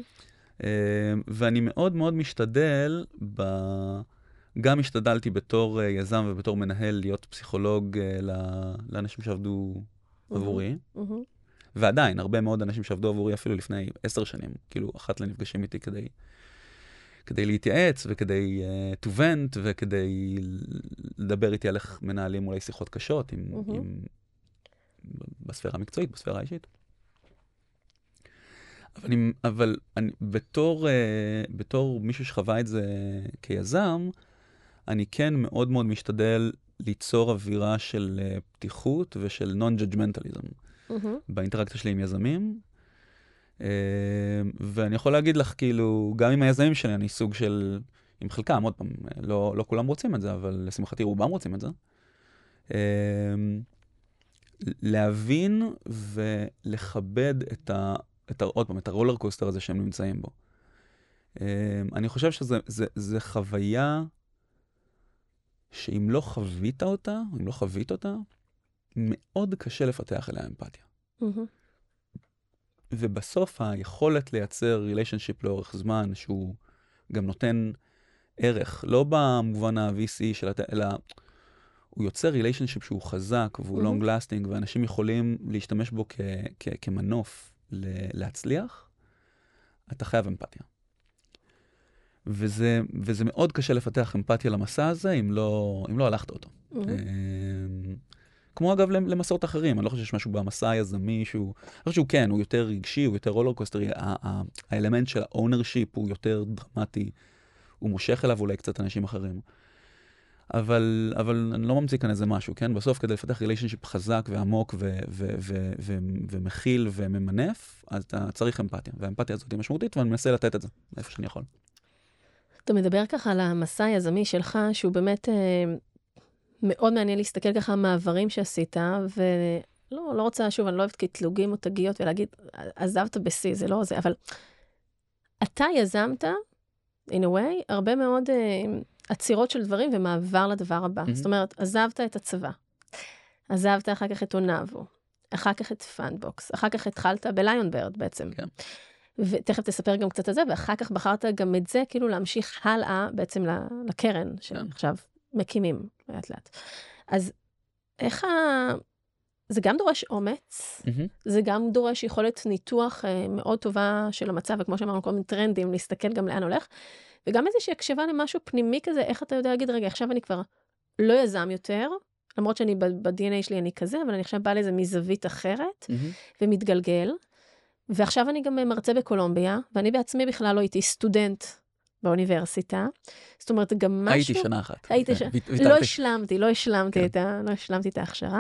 ואני מאוד מאוד משתדל, ב... גם השתדלתי בתור יזם ובתור מנהל להיות פסיכולוג לאנשים שעבדו עבורי. ועדיין, הרבה מאוד אנשים שעבדו עבורי אפילו לפני עשר שנים, כאילו, אחת לנפגשים איתי כדי, כדי להתייעץ, וכדי uh, to vent, וכדי לדבר איתי על איך מנהלים אולי שיחות קשות, עם, mm-hmm. עם, בספירה המקצועית, בספירה האישית. אבל, אני, אבל אני, בתור, uh, בתור מישהו שחווה את זה כיזם, אני כן מאוד מאוד משתדל ליצור אווירה של uh, פתיחות ושל non-judgmentalism. Mm-hmm. באינטראקציה שלי עם יזמים, ואני יכול להגיד לך, כאילו, גם עם היזמים שלי, אני סוג של, עם חלקם, עוד פעם, לא, לא כולם רוצים את זה, אבל לשמחתי רובם רוצים את זה, להבין ולכבד את ה, את ה, עוד פעם, את הרולר קוסטר הזה שהם נמצאים בו. אני חושב שזה, זה, זה חוויה שאם לא חווית אותה, אם לא חווית אותה, מאוד קשה לפתח אליה אמפתיה. Mm-hmm. ובסוף היכולת לייצר ריליישנשיפ לאורך זמן, שהוא גם נותן ערך, לא במובן ה-וי סי של הת... אלא הוא יוצר ריליישנשיפ שהוא חזק והוא mm-hmm. long lasting, ואנשים יכולים להשתמש בו כ- כ- כמנוף ל- להצליח, אתה חייב אמפתיה. וזה, וזה מאוד קשה לפתח אמפתיה למסע הזה, אם לא, אם לא הלכת אותו. Mm-hmm. כמו אגב למסעות אחרים, אני לא חושב שיש משהו במסע היזמי שהוא, אני חושב שהוא כן, הוא יותר רגשי, הוא יותר רולר קוסטרי, האלמנט של האונרשיפ הוא יותר דרמטי, הוא מושך אליו אולי קצת אנשים אחרים. אבל, אבל אני לא ממציא כאן איזה משהו, כן? בסוף כדי לפתח ריליישנשיפ חזק ועמוק ו- ו- ו- ו- ומכיל וממנף, אז אתה צריך אמפתיה, והאמפתיה הזאת היא משמעותית, ואני מנסה לתת את זה, איפה שאני יכול. אתה מדבר ככה על המסע היזמי שלך, שהוא באמת... מאוד מעניין להסתכל ככה המעברים שעשית, ולא, לא רוצה, שוב, אני לא אוהבת כתלוגים או תגיות, ולהגיד, עזבת בסי, זה לא זה, אבל אתה יזמת, in a way, הרבה מאוד uh, עצירות של דברים ומעבר לדבר הבא. Mm-hmm. זאת אומרת, עזבת את הצבא, עזבת אחר כך את אונאבו, אחר כך את פאנבוקס, אחר כך התחלת בליון ברד בעצם. כן. ותכף תספר גם קצת על זה, ואחר כך בחרת גם את זה, כאילו להמשיך הלאה בעצם לקרן, שעכשיו מקימים לאט לאט. אז איך ה... זה גם דורש אומץ, mm-hmm. זה גם דורש יכולת ניתוח uh, מאוד טובה של המצב, וכמו שאמרנו, כל מיני טרנדים, להסתכל גם לאן הולך, וגם איזושהי הקשבה למשהו פנימי כזה, איך אתה יודע להגיד, רגע, עכשיו אני כבר לא יזם יותר, למרות שאני ב-די אן איי שלי אני כזה, אבל אני עכשיו באה לזה מזווית אחרת, mm-hmm. ומתגלגל, ועכשיו אני גם מרצה בקולומביה, ואני בעצמי בכלל לא הייתי סטודנט באוניברסיטה, זאת אומרת, גם משהו... הייתי שנה אחת. הייתי שנה. לא השלמתי, לא השלמתי את ה... לא השלמתי את ההכשרה.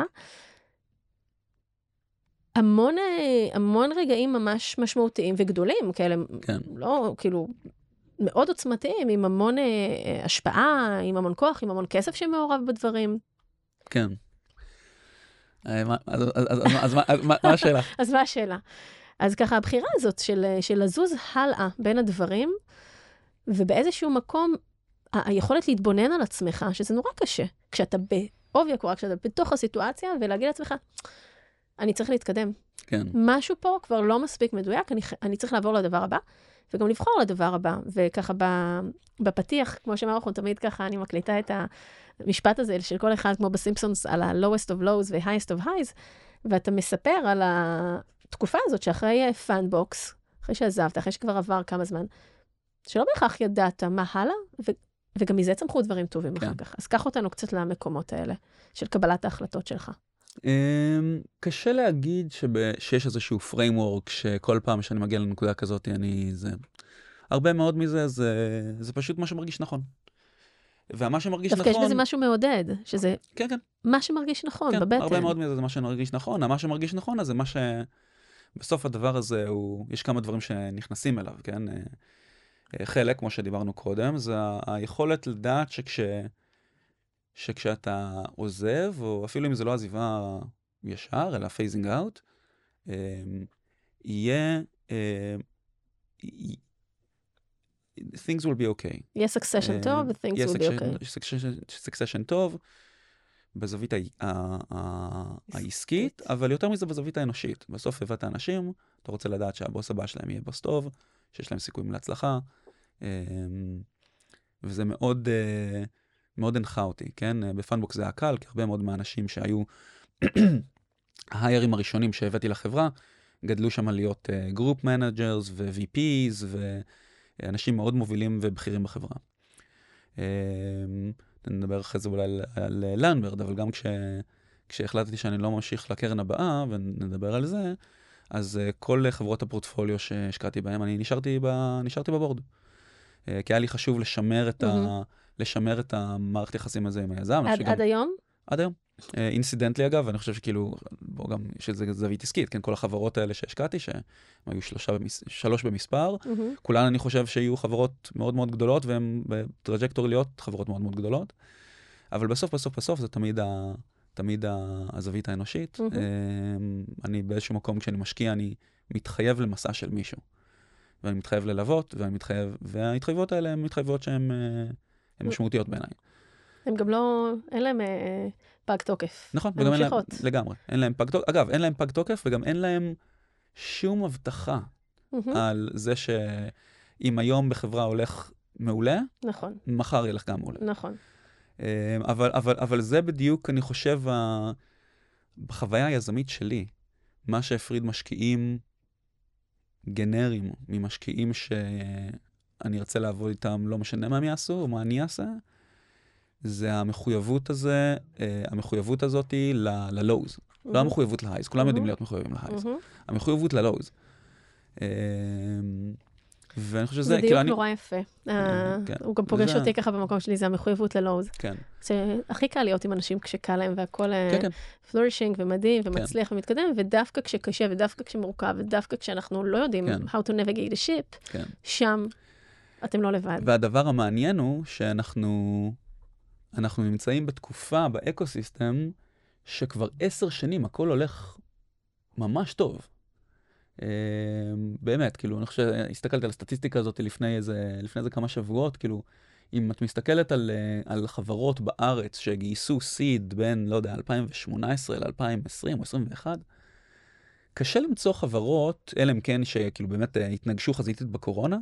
המון, המון רגעים ממש משמעותיים וגדולים, כאלה, לא, כאילו, מאוד עוצמתיים, עם המון השפעה, עם המון כוח, עם המון כסף שמעורב בדברים. כן. אז מה השאלה? אז מה השאלה? אז ככה, הבחירה הזאת של לזוז הלאה בין הדברים, ובאיזשהו מקום, היכולת להתבונן על עצמך, שזה נורא קשה, כשאתה בעובי הקורה, כשאתה בתוך הסיטואציה, ולהגיד לעצמך, אני צריך להתקדם. כן. משהו פה כבר לא מספיק מדויק, אני, אני צריך לעבור לדבר הבא, וגם לבחור לדבר הבא. וככה בפתיח, כמו שאמר אנחנו תמיד ככה, אני מקליטה את המשפט הזה של כל אחד, כמו בסימפסונס, על ה-lowest of lows ו-highest of highs, ואתה מספר על התקופה הזאת שאחרי פאנבוקס, אחרי שעזבת, אחרי שכבר עבר כמה זמן, שלא בהכרח ידעת מה הלאה, ו- וגם מזה צמחו דברים טובים אחר כך. אז קח אותנו קצת למקומות האלה, של קבלת ההחלטות שלך. קשה להגיד שיש איזשהו framework שכל פעם שאני מגיע לנקודה כזאת, אני זה... הרבה מאוד מזה, זה, זה פשוט מה שמרגיש נכון. ומה שמרגיש נכון... דווקא יש בזה משהו מעודד, שזה כן, כן. מה שמרגיש נכון, כן, בבטן. הרבה מאוד מזה זה מה שמרגיש נכון. מה שמרגיש נכון, אז זה מה ש... בסוף הדבר הזה, הוא... יש כמה דברים שנכנסים אליו, כן? חלק, כמו שדיברנו קודם, זה היכולת לדעת שכש... שכשאתה עוזב, או אפילו אם זה לא עזיבה ישר, אלא phasing out, יהיה... things will be okay. יהיה succession טוב, ו-things will be okay. succession טוב, בזווית העסקית, אבל יותר מזה בזווית האנושית. בסוף הבאת האנשים, אתה רוצה לדעת שהבוס הבא שלהם יהיה בוס טוב, שיש להם סיכויים להצלחה, וזה מאוד, מאוד הנחה אותי, כן? בפאנבוקס זה הקל, כי הרבה מאוד מהאנשים שהיו ההיירים הראשונים שהבאתי לחברה, גדלו שם להיות גרופ מנג'רס ו-וי פיז ואנשים מאוד מובילים ובכירים בחברה. נדבר אחרי זה אולי על לנברד, אבל גם כש, כשהחלטתי שאני לא ממשיך לקרן הבאה, ונדבר על זה, אז כל חברות הפורטפוליו שהשקעתי בהם, אני נשארתי, ב, נשארתי בבורד. כי היה לי חשוב לשמר את, mm-hmm. ה, לשמר את המערכת יחסים הזה עם היזם. עד, שגם, עד היום? עד היום. אינסידנטלי אגב, אני חושב שכאילו, בוא גם, יש איזה זווית עסקית, כן, כל החברות האלה שהשקעתי, שהם היו שלושה במס... שלוש במספר, mm-hmm. כולן אני חושב שיהיו חברות מאוד מאוד גדולות, והן בטראג'קטורי להיות חברות מאוד מאוד גדולות, אבל בסוף, בסוף, בסוף, זה תמיד, ה... תמיד ה... הזווית האנושית. Mm-hmm. אני באיזשהו מקום, כשאני משקיע, אני מתחייב למסע של מישהו, ואני מתחייב ללוות, ואני מתחייב, וההתחייבות האלה הן מתחייבות שהן משמעותיות בעיניי. הם גם לא, אין להם אה, פג תוקף. נכון, וגם אין להם, לגמרי. אין להם פג תוקף, אגב, אין להם פג תוקף, וגם אין להם שום הבטחה mm-hmm. על זה שאם היום בחברה הולך מעולה, נכון. מחר ילך גם מעולה. נכון. אבל, אבל, אבל זה בדיוק, אני חושב, בחוויה היזמית שלי, מה שהפריד משקיעים גנריים ממשקיעים שאני ארצה לעבוד איתם, לא משנה מה הם יעשו או מה אני אעשה, זה המחויבות הזה, המחויבות הזאת ל-לואוז. לא המחויבות להייז, כולם יודעים להיות מחויבים להייז. המחויבות ללואוז. ואני חושב שזה... זה דיוק נורא יפה. הוא גם פוגש אותי ככה במקום שלי, זה המחויבות ללואוז. כן. הכי קל להיות עם אנשים כשקל להם והכל פלורישינג ומדהים ומצליח ומתקדם, ודווקא כשקשה ודווקא כשמורכב ודווקא כשאנחנו לא יודעים how to navigate a ship, שם אתם לא לבד. והדבר המעניין הוא שאנחנו... אנחנו נמצאים בתקופה, באקוסיסטם, שכבר עשר שנים הכל הולך ממש טוב. באמת, כאילו, אני חושב שהסתכלתי על הסטטיסטיקה הזאת לפני איזה, לפני איזה כמה שבועות, כאילו, אם את מסתכלת על, על חברות בארץ שגייסו סיד בין, לא יודע, אלפיים שמונה עשרה ל-אלפיים עשרים או עשרים ואחת, קשה למצוא חברות, אלא אם כן שכאילו באמת התנגשו חזיתית בקורונה,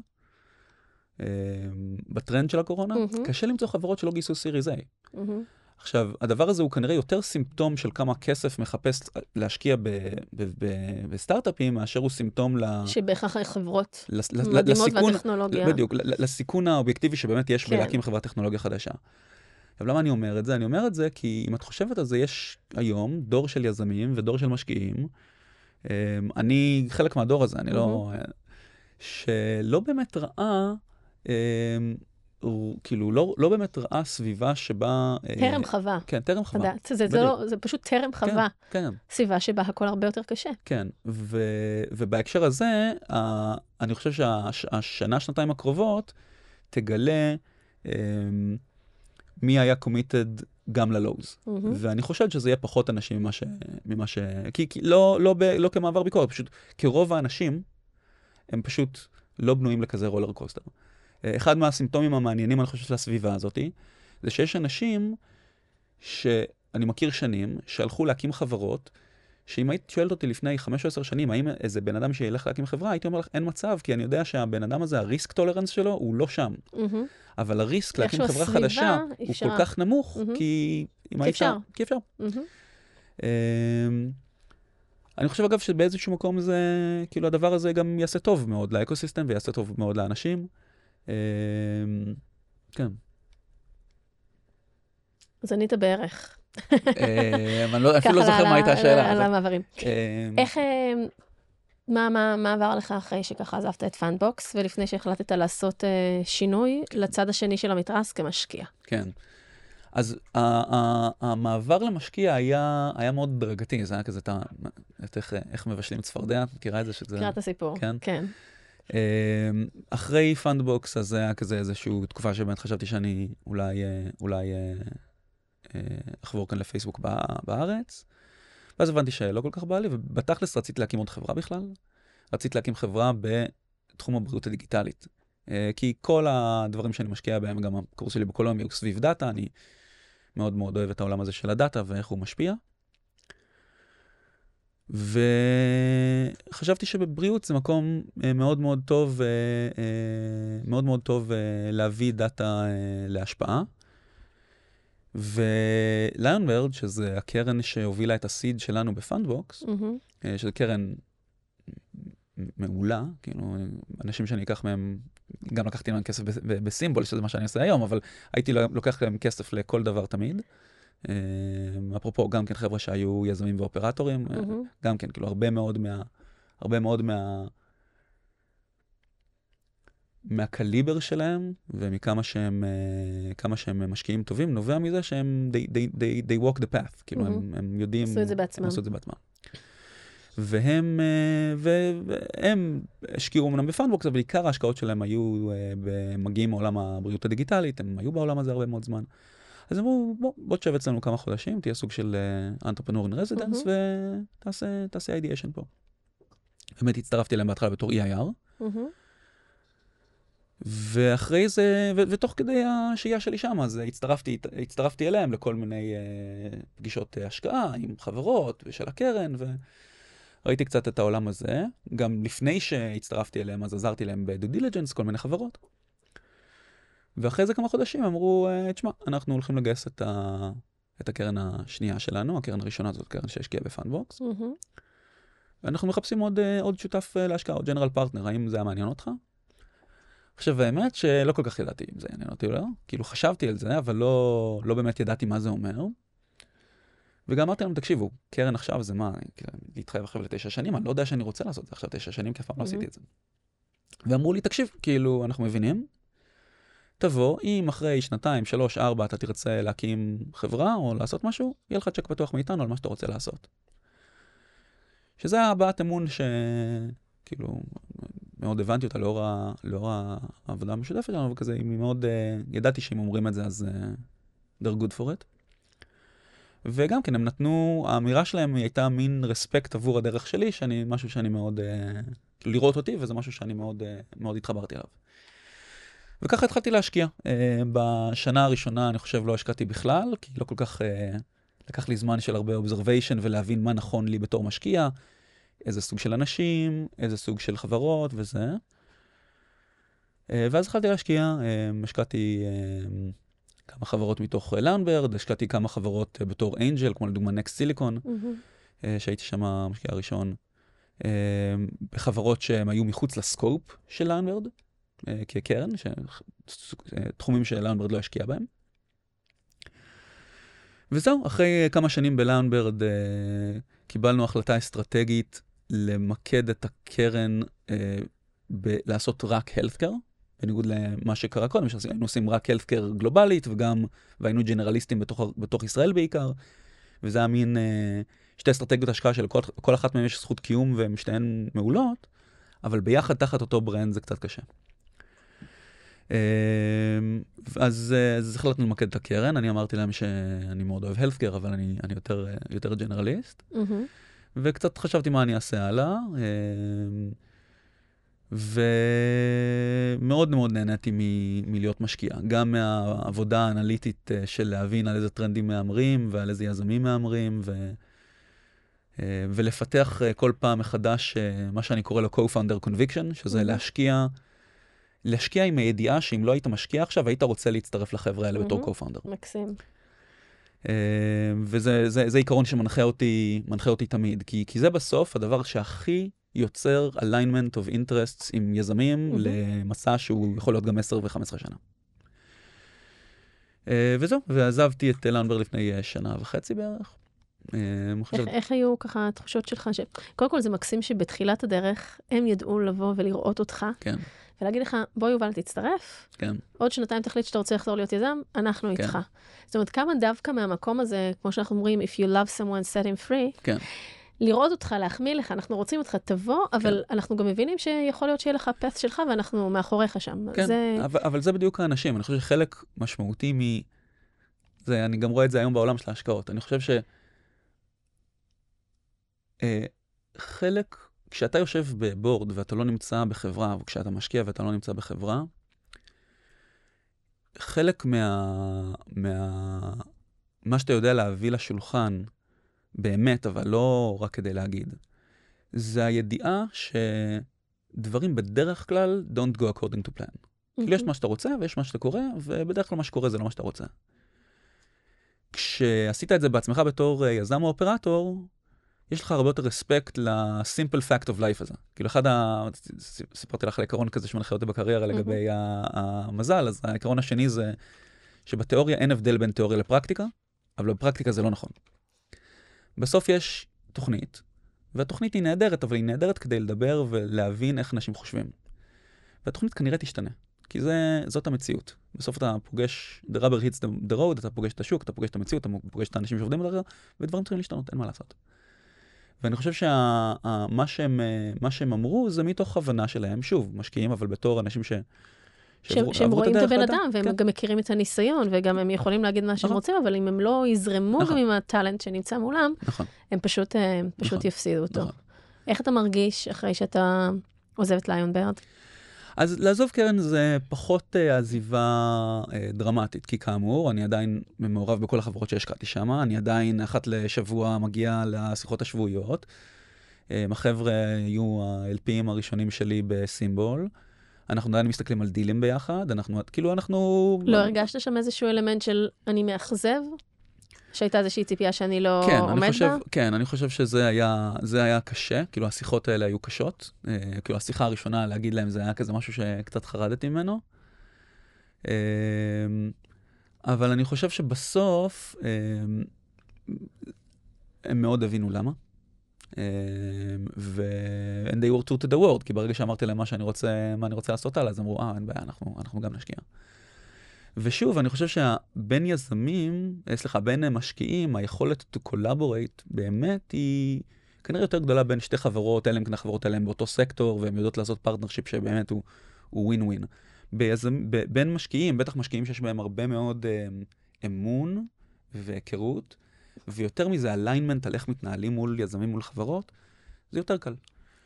בטרנד של הקורונה, mm-hmm. קשה למצוא חברות שלא גייסו סיריז A. Mm-hmm. עכשיו, הדבר הזה הוא כנראה יותר סימפטום של כמה כסף מחפש להשקיע בסטארט-אפים, מאשר הוא סימפטום ל... שבהכרח חברות מדהימות והטכנולוגיה. בדיוק, לסיכון האובייקטיבי שבאמת יש בלהקים חברת טכנולוגיה חדשה. עכשיו, למה אני אומר את זה? אני אומר את זה כי אם את חושבת על זה, יש היום דור של יזמים ודור של משקיעים. אני חלק מהדור הזה, אני לא... שלא באמת ראה... הוא כאילו לא, לא באמת ראה סביבה שבה... טרם אה, חווה. כן, טרם חווה. זה, זה, זה, לא, זה פשוט טרם חווה. כן, כן. סביבה שבה הכל הרבה יותר קשה. כן, ו, ובהקשר הזה, ה, אני חושב שהשנה, שנתיים הקרובות, תגלה אה, מי היה committed גם ללואוז. Mm-hmm. ואני חושב שזה יהיה פחות אנשים ממה ש... ממה ש... כי, כי לא, לא, ב, לא כמעבר ביקורת, פשוט כרוב האנשים, הם פשוט לא בנויים לכזה רולר קוסטר. אחד מהסימפטומים המעניינים, אני חושב, של הסביבה הזאת, זה שיש אנשים שאני מכיר שנים, שהלכו להקים חברות, שאם היית שואלת אותי לפני חמש או עשר שנים, האם איזה בן אדם שילך להקים חברה, הייתי אומר לך, אין מצב, כי אני יודע שהבן אדם הזה, הריסק טולרנס שלו, הוא לא שם. Mm-hmm. אבל הריסק להקים איכשהו חברה הסביבה חדשה, אפשרה. הוא כל כך נמוך, Mm-hmm. כי... אם כי היית- אפשר. כי אפשר. Mm-hmm. אמ, אני חושב אגב שבאיזשהו מקום זה, כאילו הדבר הזה גם יעשה טוב מאוד לאקוסיסטם, ויעשה טוב מאוד לאנשים. אמ, כן. אז ענית בערך. אמ, אני לא- אפילו לא ככה זוכר על מה הייתה ה- השאלה. על אבל- המעברים. אמ, איך, אה, מה, מה, מה עבר לך אחרי שככה עזבת את פאנבוקס, ולפני שהחלטת לעשות אה, שינוי לצד השני של המתרס כמשקיע? כן. אז ה- ה- המעבר למשקיע היה היה מאוד דרגתי, זה היה כזה, אתה- את איך- איך מבשלים צפרדע, את מכירה את זה שזה... קראת הסיפור. כן. כן. אמ, אחרי פאנדבוקס, אז זה היה כזה איזושהי תקופה שבאמת חשבתי שאני אולי, אה, אולי אה, אה, אחבור כאן לפייסבוק בא- בארץ. ואז הבנתי שלא כל כך בא לי, ובתכלס רציתי להקים עוד חברה בכלל. רציתי להקים חברה בתחום הבריאות הדיגיטלית. אה, כי כל הדברים שאני משקיע בהם, גם הקורס שלי בקולומיה הוא סביב דאטה, אני מאוד מאוד אוהב את העולם הזה של הדאטה ואיך הוא משפיע. וחשבתי שבבריאות זה מקום אה, מאוד מאוד טוב, אה, אה, מאוד מאוד טוב אה, להביא דאטה אה, להשפעה. וליונברד, שזה הקרן שהובילה את הסיד שלנו בפאנדבוקס, מהמם. אה, שזה קרן מעולה, כאילו, אנשים שאני אקח מהם, גם לקחתי להם כסף ב- ב- בסימבול, שזה מה שאני עושה היום, אבל הייתי לוקח להם כסף לכל דבר תמיד. אה, אפרופו, גם כן חבר'ה שהיו יזמים ואופרטורים, אה, מהמם. גם כן, כאילו, הרבה מאוד מה... הרבה מאוד מה... מהקליבר שלהם, ומכמה שהם, אה, כמה שהם משקיעים טובים, נובע מזה שהם, they, they, they, they walk the path, כאילו, הם, הם יודעים... עשו את זה בעצמם. הם עשו את זה בעצמם. והם, אה, ו- והם השקיעו אמנם בפאנדבוקס, אבל עיקר ההשקעות שלהם היו אה, מגיעים מעולם הבריאות הדיגיטלית, הם היו בעולם הזה הרבה מאוד זמן. אז אמרו, בוא, בוא תשב אצלנו כמה חודשים, תהיה סוג של entrepreneur in residence, ותעשה תעשה ideation פה. באמת הצטרפתי אליהם בהתחלה בתור אי איי אר, מהמם. ואחרי זה, ו- ותוך כדי השהייה שלי שם, אז הצטרפתי, הצטרפתי אליהם לכל מיני uh, פגישות uh, השקעה עם חברות ושל הקרן, וראיתי קצת את העולם הזה. גם לפני שהצטרפתי אליהם, אז עזרתי להם ב-due diligence, כל מיני חברות. ואחרי זה כמה חודשים אמרו, uh, תשמע, אנחנו הולכים לגייס את, ה- את הקרן השנייה שלנו, הקרן הראשונה זאת קרן שהשקיעה בפאנדבוקס, מהמם. ואנחנו מחפשים עוד, uh, עוד שותף uh, להשקעה, עוד ג'נרל פרטנר, האם זה היה מעניין אותך? עכשיו, האמת שלא כל כך ידעתי אם זה יעניין אותי או לא. כאילו, חשבתי על זה, אבל לא, לא באמת ידעתי מה זה אומר. וגם אמרתי להם, תקשיבו, קרן עכשיו זה מה, להתחייב עכשיו לתשע שנים, אני לא יודע שאני רוצה לעשות את זה עכשיו תשע שנים, כי אף פעם לא עשיתי את זה. ואמרו לי, תקשיב, כאילו, אנחנו מבינים, תבוא, אם אחרי שנתיים, שלוש, ארבע, אתה תרצה להקים חברה או לעשות משהו, יהיה לך צ'ק פתוח מאיתנו על מה שאתה רוצה לעשות. שזה היה הבעת אמון ש... כאילו, מאוד הבנתי אותה לאור, ה... לאור העבודה המשותפת שלנו, וכזה, אם מאוד, uh, ידעתי שאם אומרים את זה, אז uh, they're good for it. וגם כן, הם נתנו, האמירה שלהם הייתה מין רספקט עבור הדרך שלי, שאני, משהו שאני מאוד, uh, לראות אותי, וזה משהו שאני מאוד, uh, מאוד התחברתי אליו. וככה התחלתי להשקיע. Uh, בשנה הראשונה, אני חושב, לא השקעתי בכלל, כי לא כל כך, uh, לקח לי זמן של הרבה observation, ולהבין מה נכון לי בתור משקיע, איזה סוג של אנשים, איזה סוג של חברות וזה. ואז התחלתי להשקיע, השקעתי כמה חברות מתוך לאונברד, השקעתי כמה חברות בתור אנג'ל, כמו לדוגמה נקסט סיליקון, שהייתי שם המשקיע הראשון, בחברות שהן היו מחוץ לסקופ של לאונברד, כקרן, תחומים שלאונברד לא השקיע בהם. וזהו, אחרי כמה שנים בלאונברד קיבלנו החלטה אסטרטגית למקד את הקרן אה, ב- לעשות רק healthcare, בניגוד למה שקרה קודם, שהיינו עושים רק healthcare גלובלית, וגם, והיינו ג'נרליסטים בתוך, בתוך ישראל בעיקר, וזה היה מין אה, שתי אסטרטגיות השקעה של כל, כל אחת מהן יש זכות קיום והן שתיהן מעולות, אבל ביחד תחת אותו ברנד זה קצת קשה. אה, אז, אז החלטנו למקד את הקרן, אני אמרתי להם שאני מאוד אוהב healthcare, אבל אני, אני יותר, יותר ג'נרליסט. מהמם. וקצת חשבתי מה אני אעשה הלאה, ומאוד מאוד נהניתי מ- מלהיות משקיע. גם מהעבודה האנליטית של להבין על איזה טרנדים מאמרים, ועל איזה יזמים מאמרים, ו... ולפתח כל פעם מחדש מה שאני קורא לו co-founder conviction, שזה להשקיע, להשקיע עם הידיעה שאם לא היית משקיע עכשיו, היית רוצה להצטרף לחבר'ה האלה בתור co-founder. מקסים. וזה זה, זה עיקרון שמנחה אותי, מנחה אותי תמיד, כי, כי זה בסוף הדבר שהכי יוצר alignment of interests עם יזמים למסע שהוא יכול להיות גם עשר וחמש עשרה שנה. וזהו, ועזבתי את לאונבר לפני שנה וחצי בערך. איך, איך היו ככה התחושות שלך? ש... קודם כל זה מקסים שבתחילת הדרך הם ידעו לבוא ולראות אותך. כן. ולהגיד לך, בוא יובל תצטרף. כן. עוד שנתיים תחליט שאתה רוצה לחזור להיות יזם, אנחנו איתך. כן. זאת אומרת, כמה דווקא מהמקום הזה, כמו שאנחנו אומרים, if you love someone, set him free, כן. לראות אותך, להחמיא לך, אנחנו רוצים אותך, תבוא, אבל כן. אנחנו גם מבינים שיכול להיות שיהיה לך פס שלך, ואנחנו מאחוריך שם. כן, זה... אבל, אבל זה בדיוק האנשים. אני חושב שחלק משמעותי מ... זה, אני גם רואה את זה היום בעולם של ההשקעות. אני חושב ש... אה, חלק, כשאתה יושב בבורד ואתה לא נמצא בחברה, וכשאתה משקיע ואתה לא נמצא בחברה, חלק מה... מה... מה שאתה יודע להביא לשולחן, באמת, אבל לא רק כדי להגיד, זה הידיעה שדברים בדרך כלל don't go according to plan. Mm-hmm. כאילו יש מה שאתה רוצה ויש מה שאתה קורא, ובדרך כלל מה שקורה זה לא מה שאתה רוצה. כשעשית את זה בעצמך בתור יזם או אופרטור, יש לך הרבה יותר רספקט ל-simple fact of life הזה. כאילו אחד ה... סיפרתי לך על עקרון כזה שמנחה אותי בקריירה לגבי המזל, אז העקרון השני זה שבתיאוריה אין הבדל בין תיאוריה לפרקטיקה, אבל בפרקטיקה זה לא נכון. בסוף יש תוכנית, והתוכנית היא נהדרת, אבל היא נהדרת כדי לדבר ולהבין איך אנשים חושבים. והתוכנית כנראה תשתנה, כי זה, זאת המציאות. בסוף אתה פוגש, the rubber hits the road, אתה פוגש את השוק, אתה פוגש את המציאות, אתה פוגש את האנשים שעובדים בדרך, ודברים צריכים להשתנות, אין מה לעשות. ואני חושב שמה שהם, מה שהם אמרו זה מתוך הבנה שלהם, שוב, משקיעים, אבל בתור אנשים ש... שהם רואים את הבן אדם, והם גם מכירים את הניסיון, וגם הם יכולים להגיד מה שהם רוצים, אבל אם הם לא יזרמו גם עם הטלנט שנמצא מולם, הם פשוט יפסידו אותו. איך אתה מרגיש אחרי שאתה עוזב את ליונברד? אז לעזוב קרן זה פחות עזיבה דרמטית, כי כאמור, אני עדיין מעורב בכל החברות שהשקעתי שם, אני עדיין אחת לשבוע מגיע לשיחות השבועיות, החבר'ה היו ה-אל פי'ים הראשונים שלי בסימבול, אנחנו עדיין מסתכלים על דילים ביחד, אנחנו, כאילו אנחנו... לא הרגשת שם איזשהו אלמנט של אני מאכזב? שהייתה איזושהי ציפייה שאני לא כן, עומד אני חושב, בה? כן, אני חושב שזה היה, זה היה קשה, כאילו השיחות האלה היו קשות, אה, כאילו השיחה הראשונה להגיד להם זה היה כזה משהו שקצת חרדתי ממנו, אה, אבל אני חושב שבסוף אה, הם מאוד הבינו למה. ו... and they were true to the word, כי ברגע שאמרתי להם מה שאני רוצה, מה אני רוצה לעשות עליו, אז אמרו, אה, אין בעיה, אנחנו, אנחנו גם נשקיע. ושוב, אני חושב שבין יזמים, סליחה, בין משקיעים, היכולת to collaborate באמת היא כנראה יותר גדולה בין שתי חברות, אלה הם כנראה חברות אלה הם באותו סקטור, והן יודעות לעשות פרטנרשיפ שבאמת הוא, הוא ווין-ווין. ביזמ... ב... בין משקיעים, בטח משקיעים שיש בהם הרבה מאוד אה, אמון והיכרות, ויותר מזה, alignment על איך מתנהלים מול יזמים, מול חברות, זה יותר קל.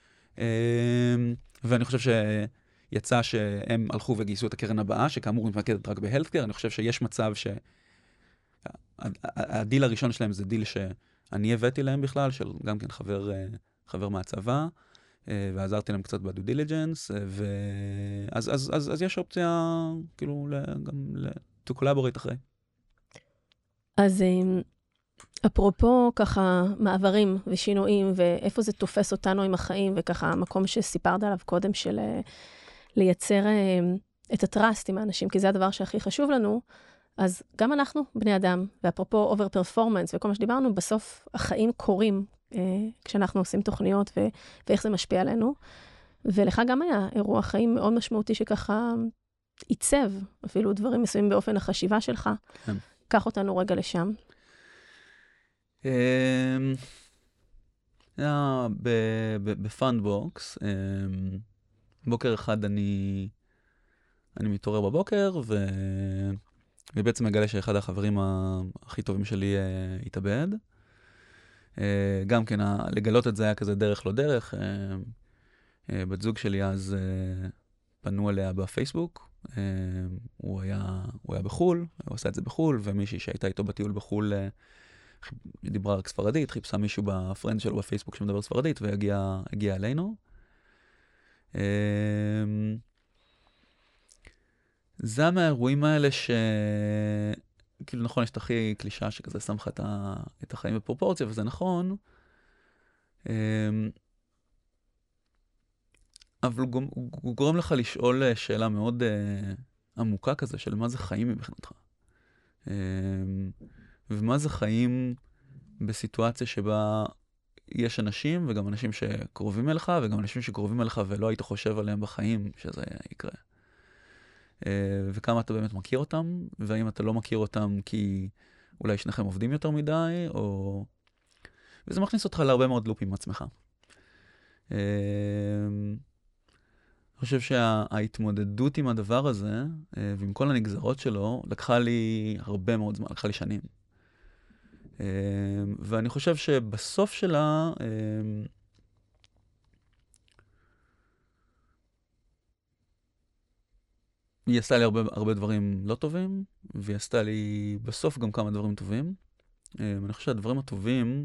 ואני חושב שיצא שהם הלכו וגייסו את הקרן הבאה, שכאמור מתמקדת רק בהלת'קר, אני חושב שיש מצב שהדיל הראשון שלהם זה דיל שאני הבאתי להם בכלל, של גם כן חבר, חבר מהצבא, ועזרתי להם קצת בדו דיליג'נס, ואז אז, אז, אז יש אופציה, כאילו, גם to collaborate אחרי. אז אפרופו ככה מעברים ושינויים, ואיפה זה תופס אותנו עם החיים, וככה המקום שסיפרת עליו קודם של לייצר את הטראסט עם האנשים, כי זה הדבר שהכי חשוב לנו, אז גם אנחנו בני אדם, ואפרופו אובר פרפורמנס וכל מה שדיברנו, בסוף החיים קורים כשאנחנו עושים תוכניות ו- ואיך זה משפיע עלינו. ולך גם היה אירוע חיים מאוד משמעותי שככה עיצב אפילו דברים מסוימים באופן החשיבה שלך. כן. קח אותנו רגע לשם. בפאנדבוקס, בוקר אחד אני אני מתעורר בבוקר ובעצם מגלה שאחד החברים הכי טובים שלי התאבד. גם כן, לגלות את זה היה כזה דרך לא דרך. בת זוג שלי אז פנו אליה בפייסבוק, הוא היה, הוא היה בחול, הוא עשה את זה בחול, ומישהי שהייתה איתו בטיול בחול היא דיברה רק ספרדית, חיפשה מישהו בפרנד שלו בפייסבוק שמדבר ספרדית, והגיע הגיע אלינו. זה מהאירועים האלה ש... כאילו נכון, יש את הכי קלישה שכזה שם לך את, ה... את החיים בפרופורציה, וזה נכון. אבל הוא, הוא גורם לך לשאול שאלה מאוד uh, עמוקה כזה, של מה זה חיים מבחינתך. Um, ומה זה חיים בסיטואציה שבה יש אנשים, וגם אנשים שקרובים אליך, וגם אנשים שקרובים אליך ולא היית חושב עליהם בחיים שזה יקרה. Uh, וכמה אתה באמת מכיר אותם, והאם אתה לא מכיר אותם כי אולי שניכם עובדים יותר מדי, או... וזה מכניס אותך להרבה מאוד לופים עם עצמך. Uh, אני חושב שההתמודדות עם הדבר הזה, ועם כל הנגזרות שלו, לקחה לי הרבה מאוד זמן, לקחה לי שנים. ואני חושב שבסוף שלה, היא עשתה לי הרבה, הרבה דברים לא טובים, והיא עשתה לי בסוף גם כמה דברים טובים. אני חושב שהדברים הטובים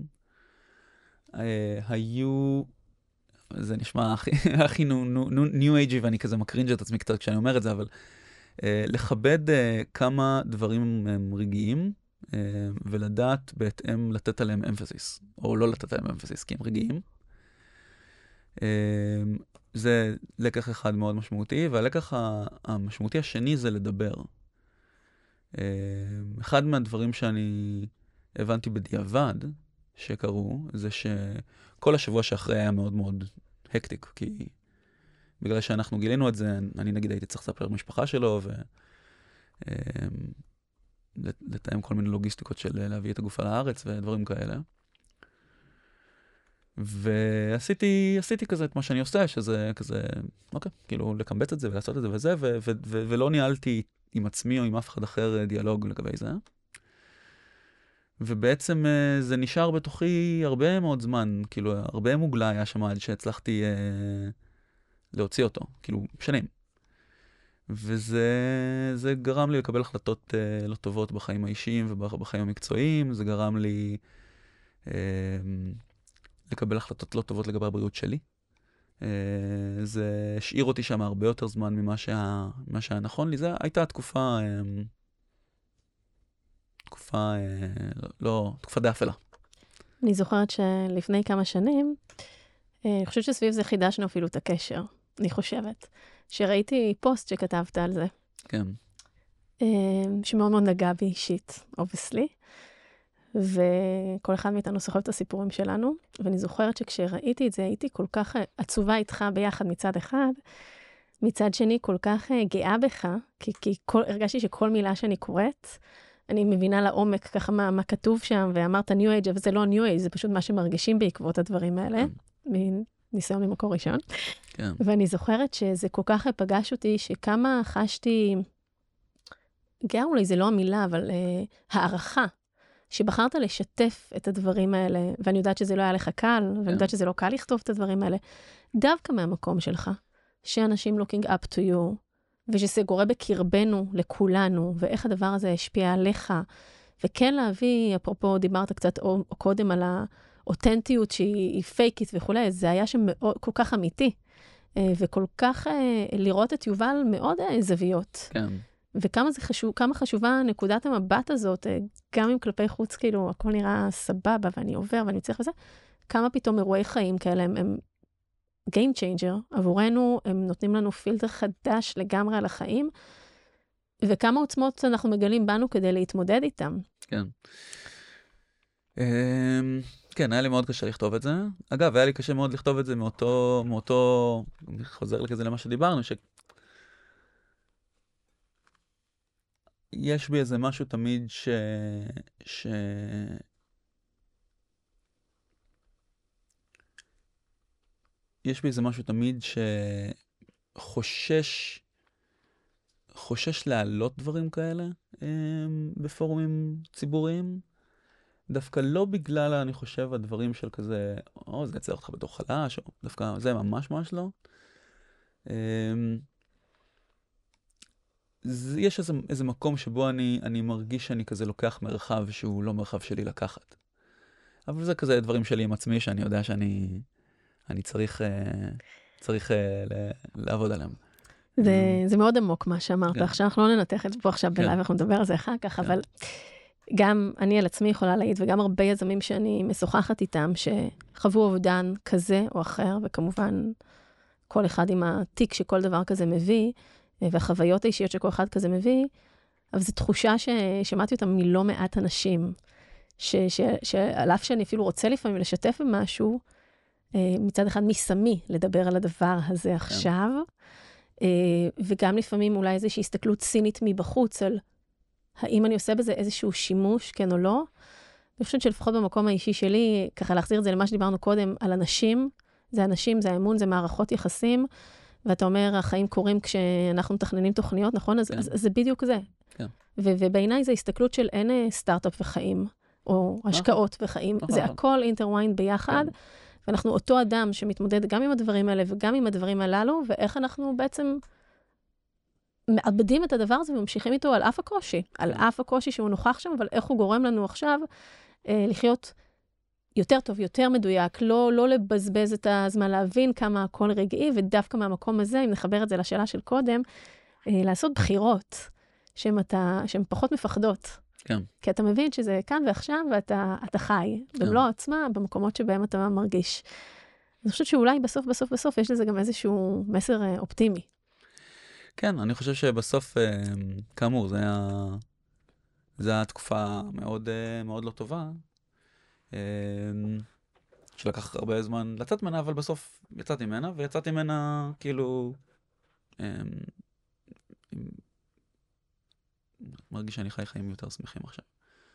היו... זה נשמע הכי, הכי ניו אייג'י, ואני כזה מקרינג' את עצמי קצת כשאני אומר את זה, אבל uh, לכבד uh, כמה דברים הם רגעיים, uh, ולדעת בהתאם לתת עליהם אמפסיס, או לא לתת עליהם אמפסיס, כי הם רגעיים. Uh, זה לקח אחד מאוד משמעותי, והלקח המשמעותי השני זה לדבר. Uh, אחד מהדברים שאני הבנתי בדיעבד, שקרו, זה שכל השבוע שאחרי היה מאוד מאוד הקטיק, כי בגלל שאנחנו גילינו את זה, אני נגיד הייתי צריך לספר משפחה שלו, ולתאם כל מיני לוגיסטיקות של להביא את הגופה לארץ ודברים כאלה. ועשיתי, עשיתי כזה את מה שאני עושה, שזה כזה, אוקיי, כאילו לקמבץ את זה ולעשות את זה וזה, ו- ו- ו- ולא ניהלתי עם עצמי או עם אף אחד אחר דיאלוג לגבי זה. ובעצם זה נשאר בתוכי הרבה מאוד זמן, כאילו הרבה מוגלה היה שם עד שהצלחתי אה, להוציא אותו, כאילו שנים. וזה זה גרם לי לקבל החלטות אה, לא טובות בחיים האישיים ובחיים המקצועיים, זה גרם לי אה, לקבל החלטות לא טובות לגבי הבריאות שלי. אה, זה השאיר אותי שם הרבה יותר זמן ממה שהיה, ממה שהיה נכון לי, זה הייתה תקופה... אה, תקופה, לא, תקופה די אפלה. אני זוכרת שלפני כמה שנים, אני חושבת שסביב זה חידשנו אפילו את הקשר, אני חושבת. שראיתי פוסט שכתבת על זה. כן. שמאוד מאוד נגע בי אישית, obviously. וכל אחד מאיתנו סוחב את הסיפורים שלנו. ואני זוכרת שכשראיתי את זה, הייתי כל כך עצובה איתך ביחד מצד אחד, מצד שני כל כך גאה בך, כי, כי כל, הרגשתי שכל מילה שאני קוראת, אני מבינה לעומק ככה מה, מה כתוב שם, ואמרת ניו אייג', אבל זה לא ניו אייג', זה פשוט מה שמרגישים בעקבות הדברים האלה, מניסיון ממקור ראשון. כן. ואני זוכרת שזה כל כך פגש אותי, שכמה חשתי, גאה אולי זה לא המילה, אבל uh, הערכה, שבחרת לשתף את הדברים האלה, ואני יודעת שזה לא היה לך קל, ואני יודעת שזה לא קל לכתוב את הדברים האלה, דווקא מהמקום שלך, שאנשים looking up to you, ושזה גורה בקרבנו, לכולנו, ואיך הדבר הזה השפיע עליך, וכן להביא, אפרופו דיברת קצת או, או קודם על האותנטיות שהיא פייקית וכו', זה היה שמאוד, כל כך אמיתי, וכל כך לראות את יובל מאוד זוויות. כן. וכמה זה חשוב, כמה חשובה נקודת המבט הזאת, גם אם כלפי חוץ, כאילו, הכל נראה סבבה, ואני עובר, ואני מצליח וזה, כמה פתאום אירועי חיים כאלה הם, הם game changer עבורנו, הם נותנים לנו פילטר חדש לגמרי על החיים, וכמה עוצמות אנחנו מגלים בנו כדי להתמודד איתם. כן. כן, היה לי מאוד קשה לכתוב את זה. אגב, היה לי קשה מאוד לכתוב את זה מאותו, מאותו, אני חוזר לכזה למה שדיברנו, ש... יש בי איזה משהו תמיד ש... ש... יש בי איזה משהו תמיד שחושש, חושש להעלות דברים כאלה בפורומים ציבוריים. דווקא לא בגלל, אני חושב, הדברים של כזה, או, זה יצא אותך בתור חלש, או דווקא זה ממש ממש לא. יש איזה, איזה מקום שבו אני, אני מרגיש שאני כזה לוקח מרחב שהוא לא מרחב שלי לקחת. אבל זה כזה דברים שלי עם עצמי, שאני יודע שאני אני צריך, צריך לעבוד עליהם. זה, זה מאוד עמוק מה שאמרת. עכשיו אנחנו לא ננתח את זה פה עכשיו בלייב, אנחנו נדבר על זה אחר כך, אבל גם אני על עצמי יכולה להעיד, וגם הרבה יזמים שאני משוחחת איתם, שחוו אובדן כזה או אחר, וכמובן כל אחד עם התיק שכל דבר כזה מביא, והחוויות האישיות שכל אחד כזה מביא, אבל זו תחושה ששמעתי אותה מלא מעט אנשים, שעל אף שאני אפילו רוצה לפעמים לשתף במשהו, מצד אחד מסמי לדבר על הדבר הזה עכשיו, וגם לפעמים אולי איזושהי הסתכלות סינית מבחוץ על האם אני עושה בזה איזשהו שימוש, כן או לא. אני חושבת שלפחות במקום האישי שלי, ככה להחזיר את זה למה שדיברנו קודם, על אנשים, זה אנשים, זה האמון, זה מערכות יחסים, ואתה אומר, החיים קורים כשאנחנו מתכננים תוכניות, נכון? אז, אז, אז זה בדיוק זה. כן. ו- ובעיניי זה הסתכלות של אין סטארט-אפ וחיים, או השקעות וחיים, זה הכל אינטרוויינד ביחד, ואנחנו אותו אדם שמתמודד גם עם הדברים האלה וגם עם הדברים הללו, ואיך אנחנו בעצם מאבדים את הדבר הזה וממשיכים איתו על אף הקושי, על אף הקושי שהוא נוכח שם, אבל איך הוא גורם לנו עכשיו אה, לחיות יותר טוב, יותר מדויק, לא, לא לבזבז את הזמן, להבין כמה הכל רגעי, ודווקא מהמקום הזה, אם נחבר את זה לשאלה של קודם, אה, לעשות בחירות שהן, אתה, שהן פחות מפחדות. כן. כי אתה מבין שזה כאן ועכשיו, ואתה אתה חי, במלוא עצמה, במקומות שבהם אתה מרגיש. אני חושבת שאולי בסוף, בסוף, בסוף, יש לזה גם איזשהו מסר אופטימי. כן, אני חושב שבסוף, כאמור, זה היה, זה היה תקופה מאוד, מאוד לא טובה, שלקח הרבה זמן לצאת ממנה, אבל בסוף יצאתי ממנה, ויצאתי ממנה כאילו, מרגיש שאני חי חיים יותר שמחים עכשיו.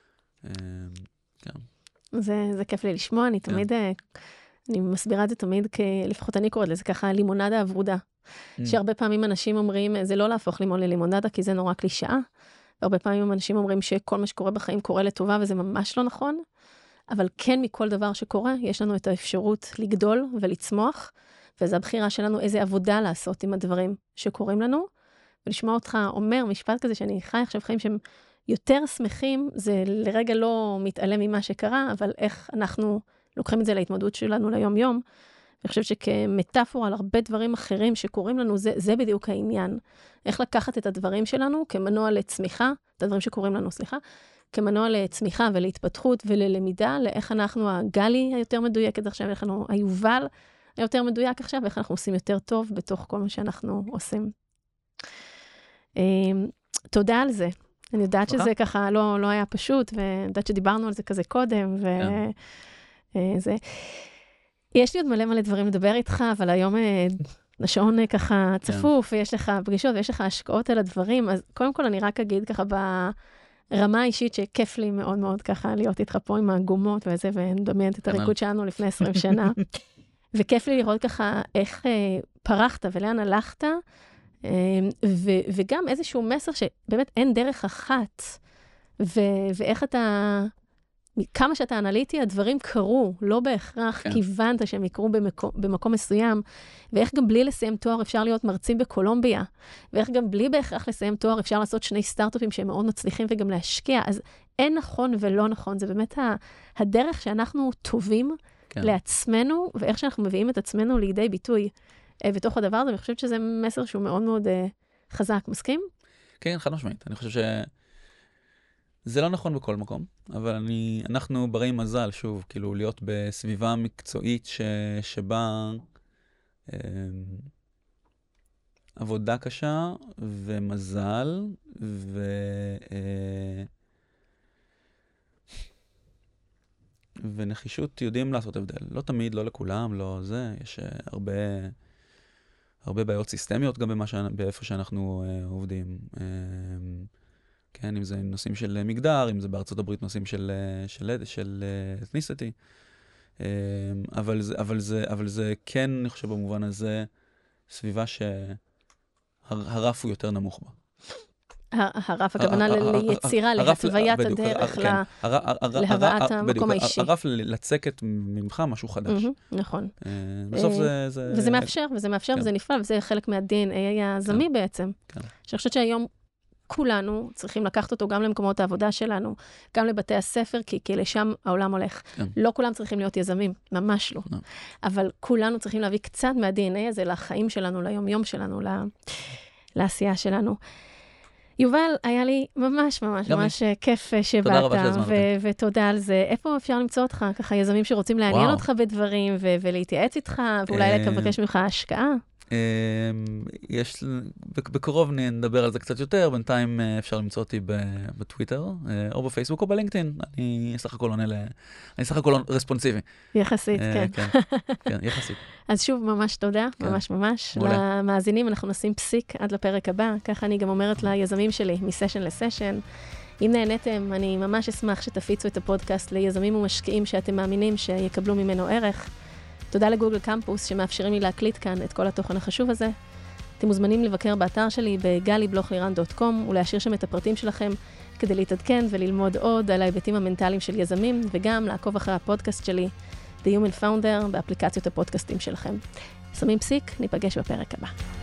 כן. זה, זה כיף לי לשמוע, אני תמיד, אני מסבירה את זה תמיד, לפחות אני קוראת לזה ככה, לימונדה הוורודה. שהרבה פעמים אנשים אומרים, זה לא להפוך לימון ללימונדה, כי זה נורא קלישאה. והרבה פעמים אנשים אומרים שכל מה שקורה בחיים קורה לטובה, וזה ממש לא נכון. אבל כן, מכל דבר שקורה, יש לנו את האפשרות לגדול ולצמוח, וזו הבחירה שלנו איזה עבודה לעשות עם הדברים שקורים לנו. ולשמוע אותך אומר משפט כזה שאני חי עכשיו חיים שהם יותר שמחים, זה לרגע לא מתעלם ממה שקרה, אבל איך אנחנו לוקחים את זה להתמודדות שלנו ליום-יום. אני חושבת שכמטאפורה על הרבה דברים אחרים שקורים לנו, זה, זה בדיוק העניין. איך לקחת את הדברים שלנו כמנוע לצמיחה, את הדברים שקורים לנו, סליחה, כמנוע לצמיחה ולהתפתחות וללמידה, לאיך אנחנו הגלי היותר מדויקת עכשיו, איך אנחנו היובל היותר מדויק עכשיו, ואיך אנחנו עושים יותר טוב בתוך כל מה שאנחנו עושים. תודה על זה. אני יודעת שזה ככה לא, לא היה פשוט, ואני יודעת שדיברנו על זה כזה קודם, וזה... יש לי עוד מלא מלא דברים לדבר איתך, אבל היום השעון ככה צפוף, ויש לך פגישות, ויש לך השקעות על הדברים, אז קודם כל אני רק אגיד ככה ברמה האישית, שכיף לי מאוד מאוד ככה להיות איתך פה עם הגומות וזה, ונדמיינת את הריקוד שלנו לפני עשרים שנה, וכיף לי לראות ככה איך פרחת ולאן הלכת, ו- וגם איזשהו מסר שבאמת אין דרך אחת, ו- ואיך אתה, כמה שאתה אנליטי, הדברים קרו, לא בהכרח כן. כיוונת שהם יקרו במקום, במקום מסוים, ואיך גם בלי לסיים תואר אפשר להיות מרצים בקולומביה, ואיך גם בלי בהכרח לסיים תואר אפשר לעשות שני סטארט-אפים שהם מאוד מצליחים וגם להשקיע, אז אין נכון ולא נכון, זה באמת ה- הדרך שאנחנו טובים כן. לעצמנו, ואיך שאנחנו מביאים את עצמנו לידי ביטוי, בתוך הדבר הזה, אני חושבת שזה מסר שהוא מאוד מאוד חזק. מסכים? כן, חד משמעית. אני חושב שזה לא נכון בכל מקום, אבל אני, אנחנו ברי מזל, שוב, כאילו להיות בסביבה מקצועית ש, שבה אה, עבודה קשה ומזל ו... אה, ונחישות יודעים לעשות הבדל. לא תמיד, לא לכולם, לא זה. יש הרבה... הרבה בעיות סיסטמיות גם במה ש... באיפה שאנחנו אה, עובדים. אה, כן, אם זה נושאים של מגדר, אם זה בארצות הברית נושאים של, של, של אתניסיטי. אה, אבל, זה, אבל, זה, אבל זה כן, אני חושב במובן הזה, סביבה שהרף הוא יותר נמוך בה. הרף הכוונה ליצירה, להתוויית הדרך, להבאת המקום האישי. הרף לצקת ממך משהו חדש. נכון. בסוף זה... וזה מאפשר, וזה מאפשר, וזה נפלא, וזה חלק מה-די אן איי היזמי בעצם. שאני חושבת שהיום כולנו צריכים לקחת אותו גם למקומות העבודה שלנו, גם לבתי הספר, כי, כי לשם העולם הולך. כן. לא כולם צריכים להיות יזמים, ממש לא. לא. אבל כולנו צריכים להביא קצת מה-די אן איי הזה לחיים שלנו, ליום-יום שלנו, ל... לעשייה שלנו. יובל, היה לי ממש ממש ממש כיף שבאת, ותודה על זה. איפה אפשר למצוא אותך? ככה יזמים שרוצים לעניין אותך בדברים, ולהתייעץ איתך, ואולי לבקש ממך השקעה? יש, בקרוב נדבר על זה קצת יותר, בינתיים אפשר למצוא אותי בטוויטר, או בפייסבוק, או בלינקדאין. אני סך הכל עונה ל... אני סך הכל רספונסיבי. יחסית, כן. כן, יחסית. אז שוב, ממש תודה, ממש ממש. למאזינים אנחנו נשים פסיק עד לפרק הבא, ככה אני גם אומרת ליזמים שלי, מסשן לסשן. אם נהניתם, אני ממש אשמח שתפיצו את הפודקאסט ליזמים ומשקיעים שאתם מאמינים שיקבלו ממנו ערך. תודה לגוגל קמפוס שמאפשרים לי להקליט כאן את כל התוכן החשוב הזה. אתם מוזמנים לבקר באתר שלי ב-גלי בלוך לירן דוט קום ולהשאיר שם את הפרטים שלכם כדי להתעדכן וללמוד עוד על ההיבטים המנטליים של יזמים, וגם לעקוב אחרי הפודקאסט שלי, The Human Founder, באפליקציות הפודקאסטים שלכם. שמים פסיק, ניפגש בפרק הבא.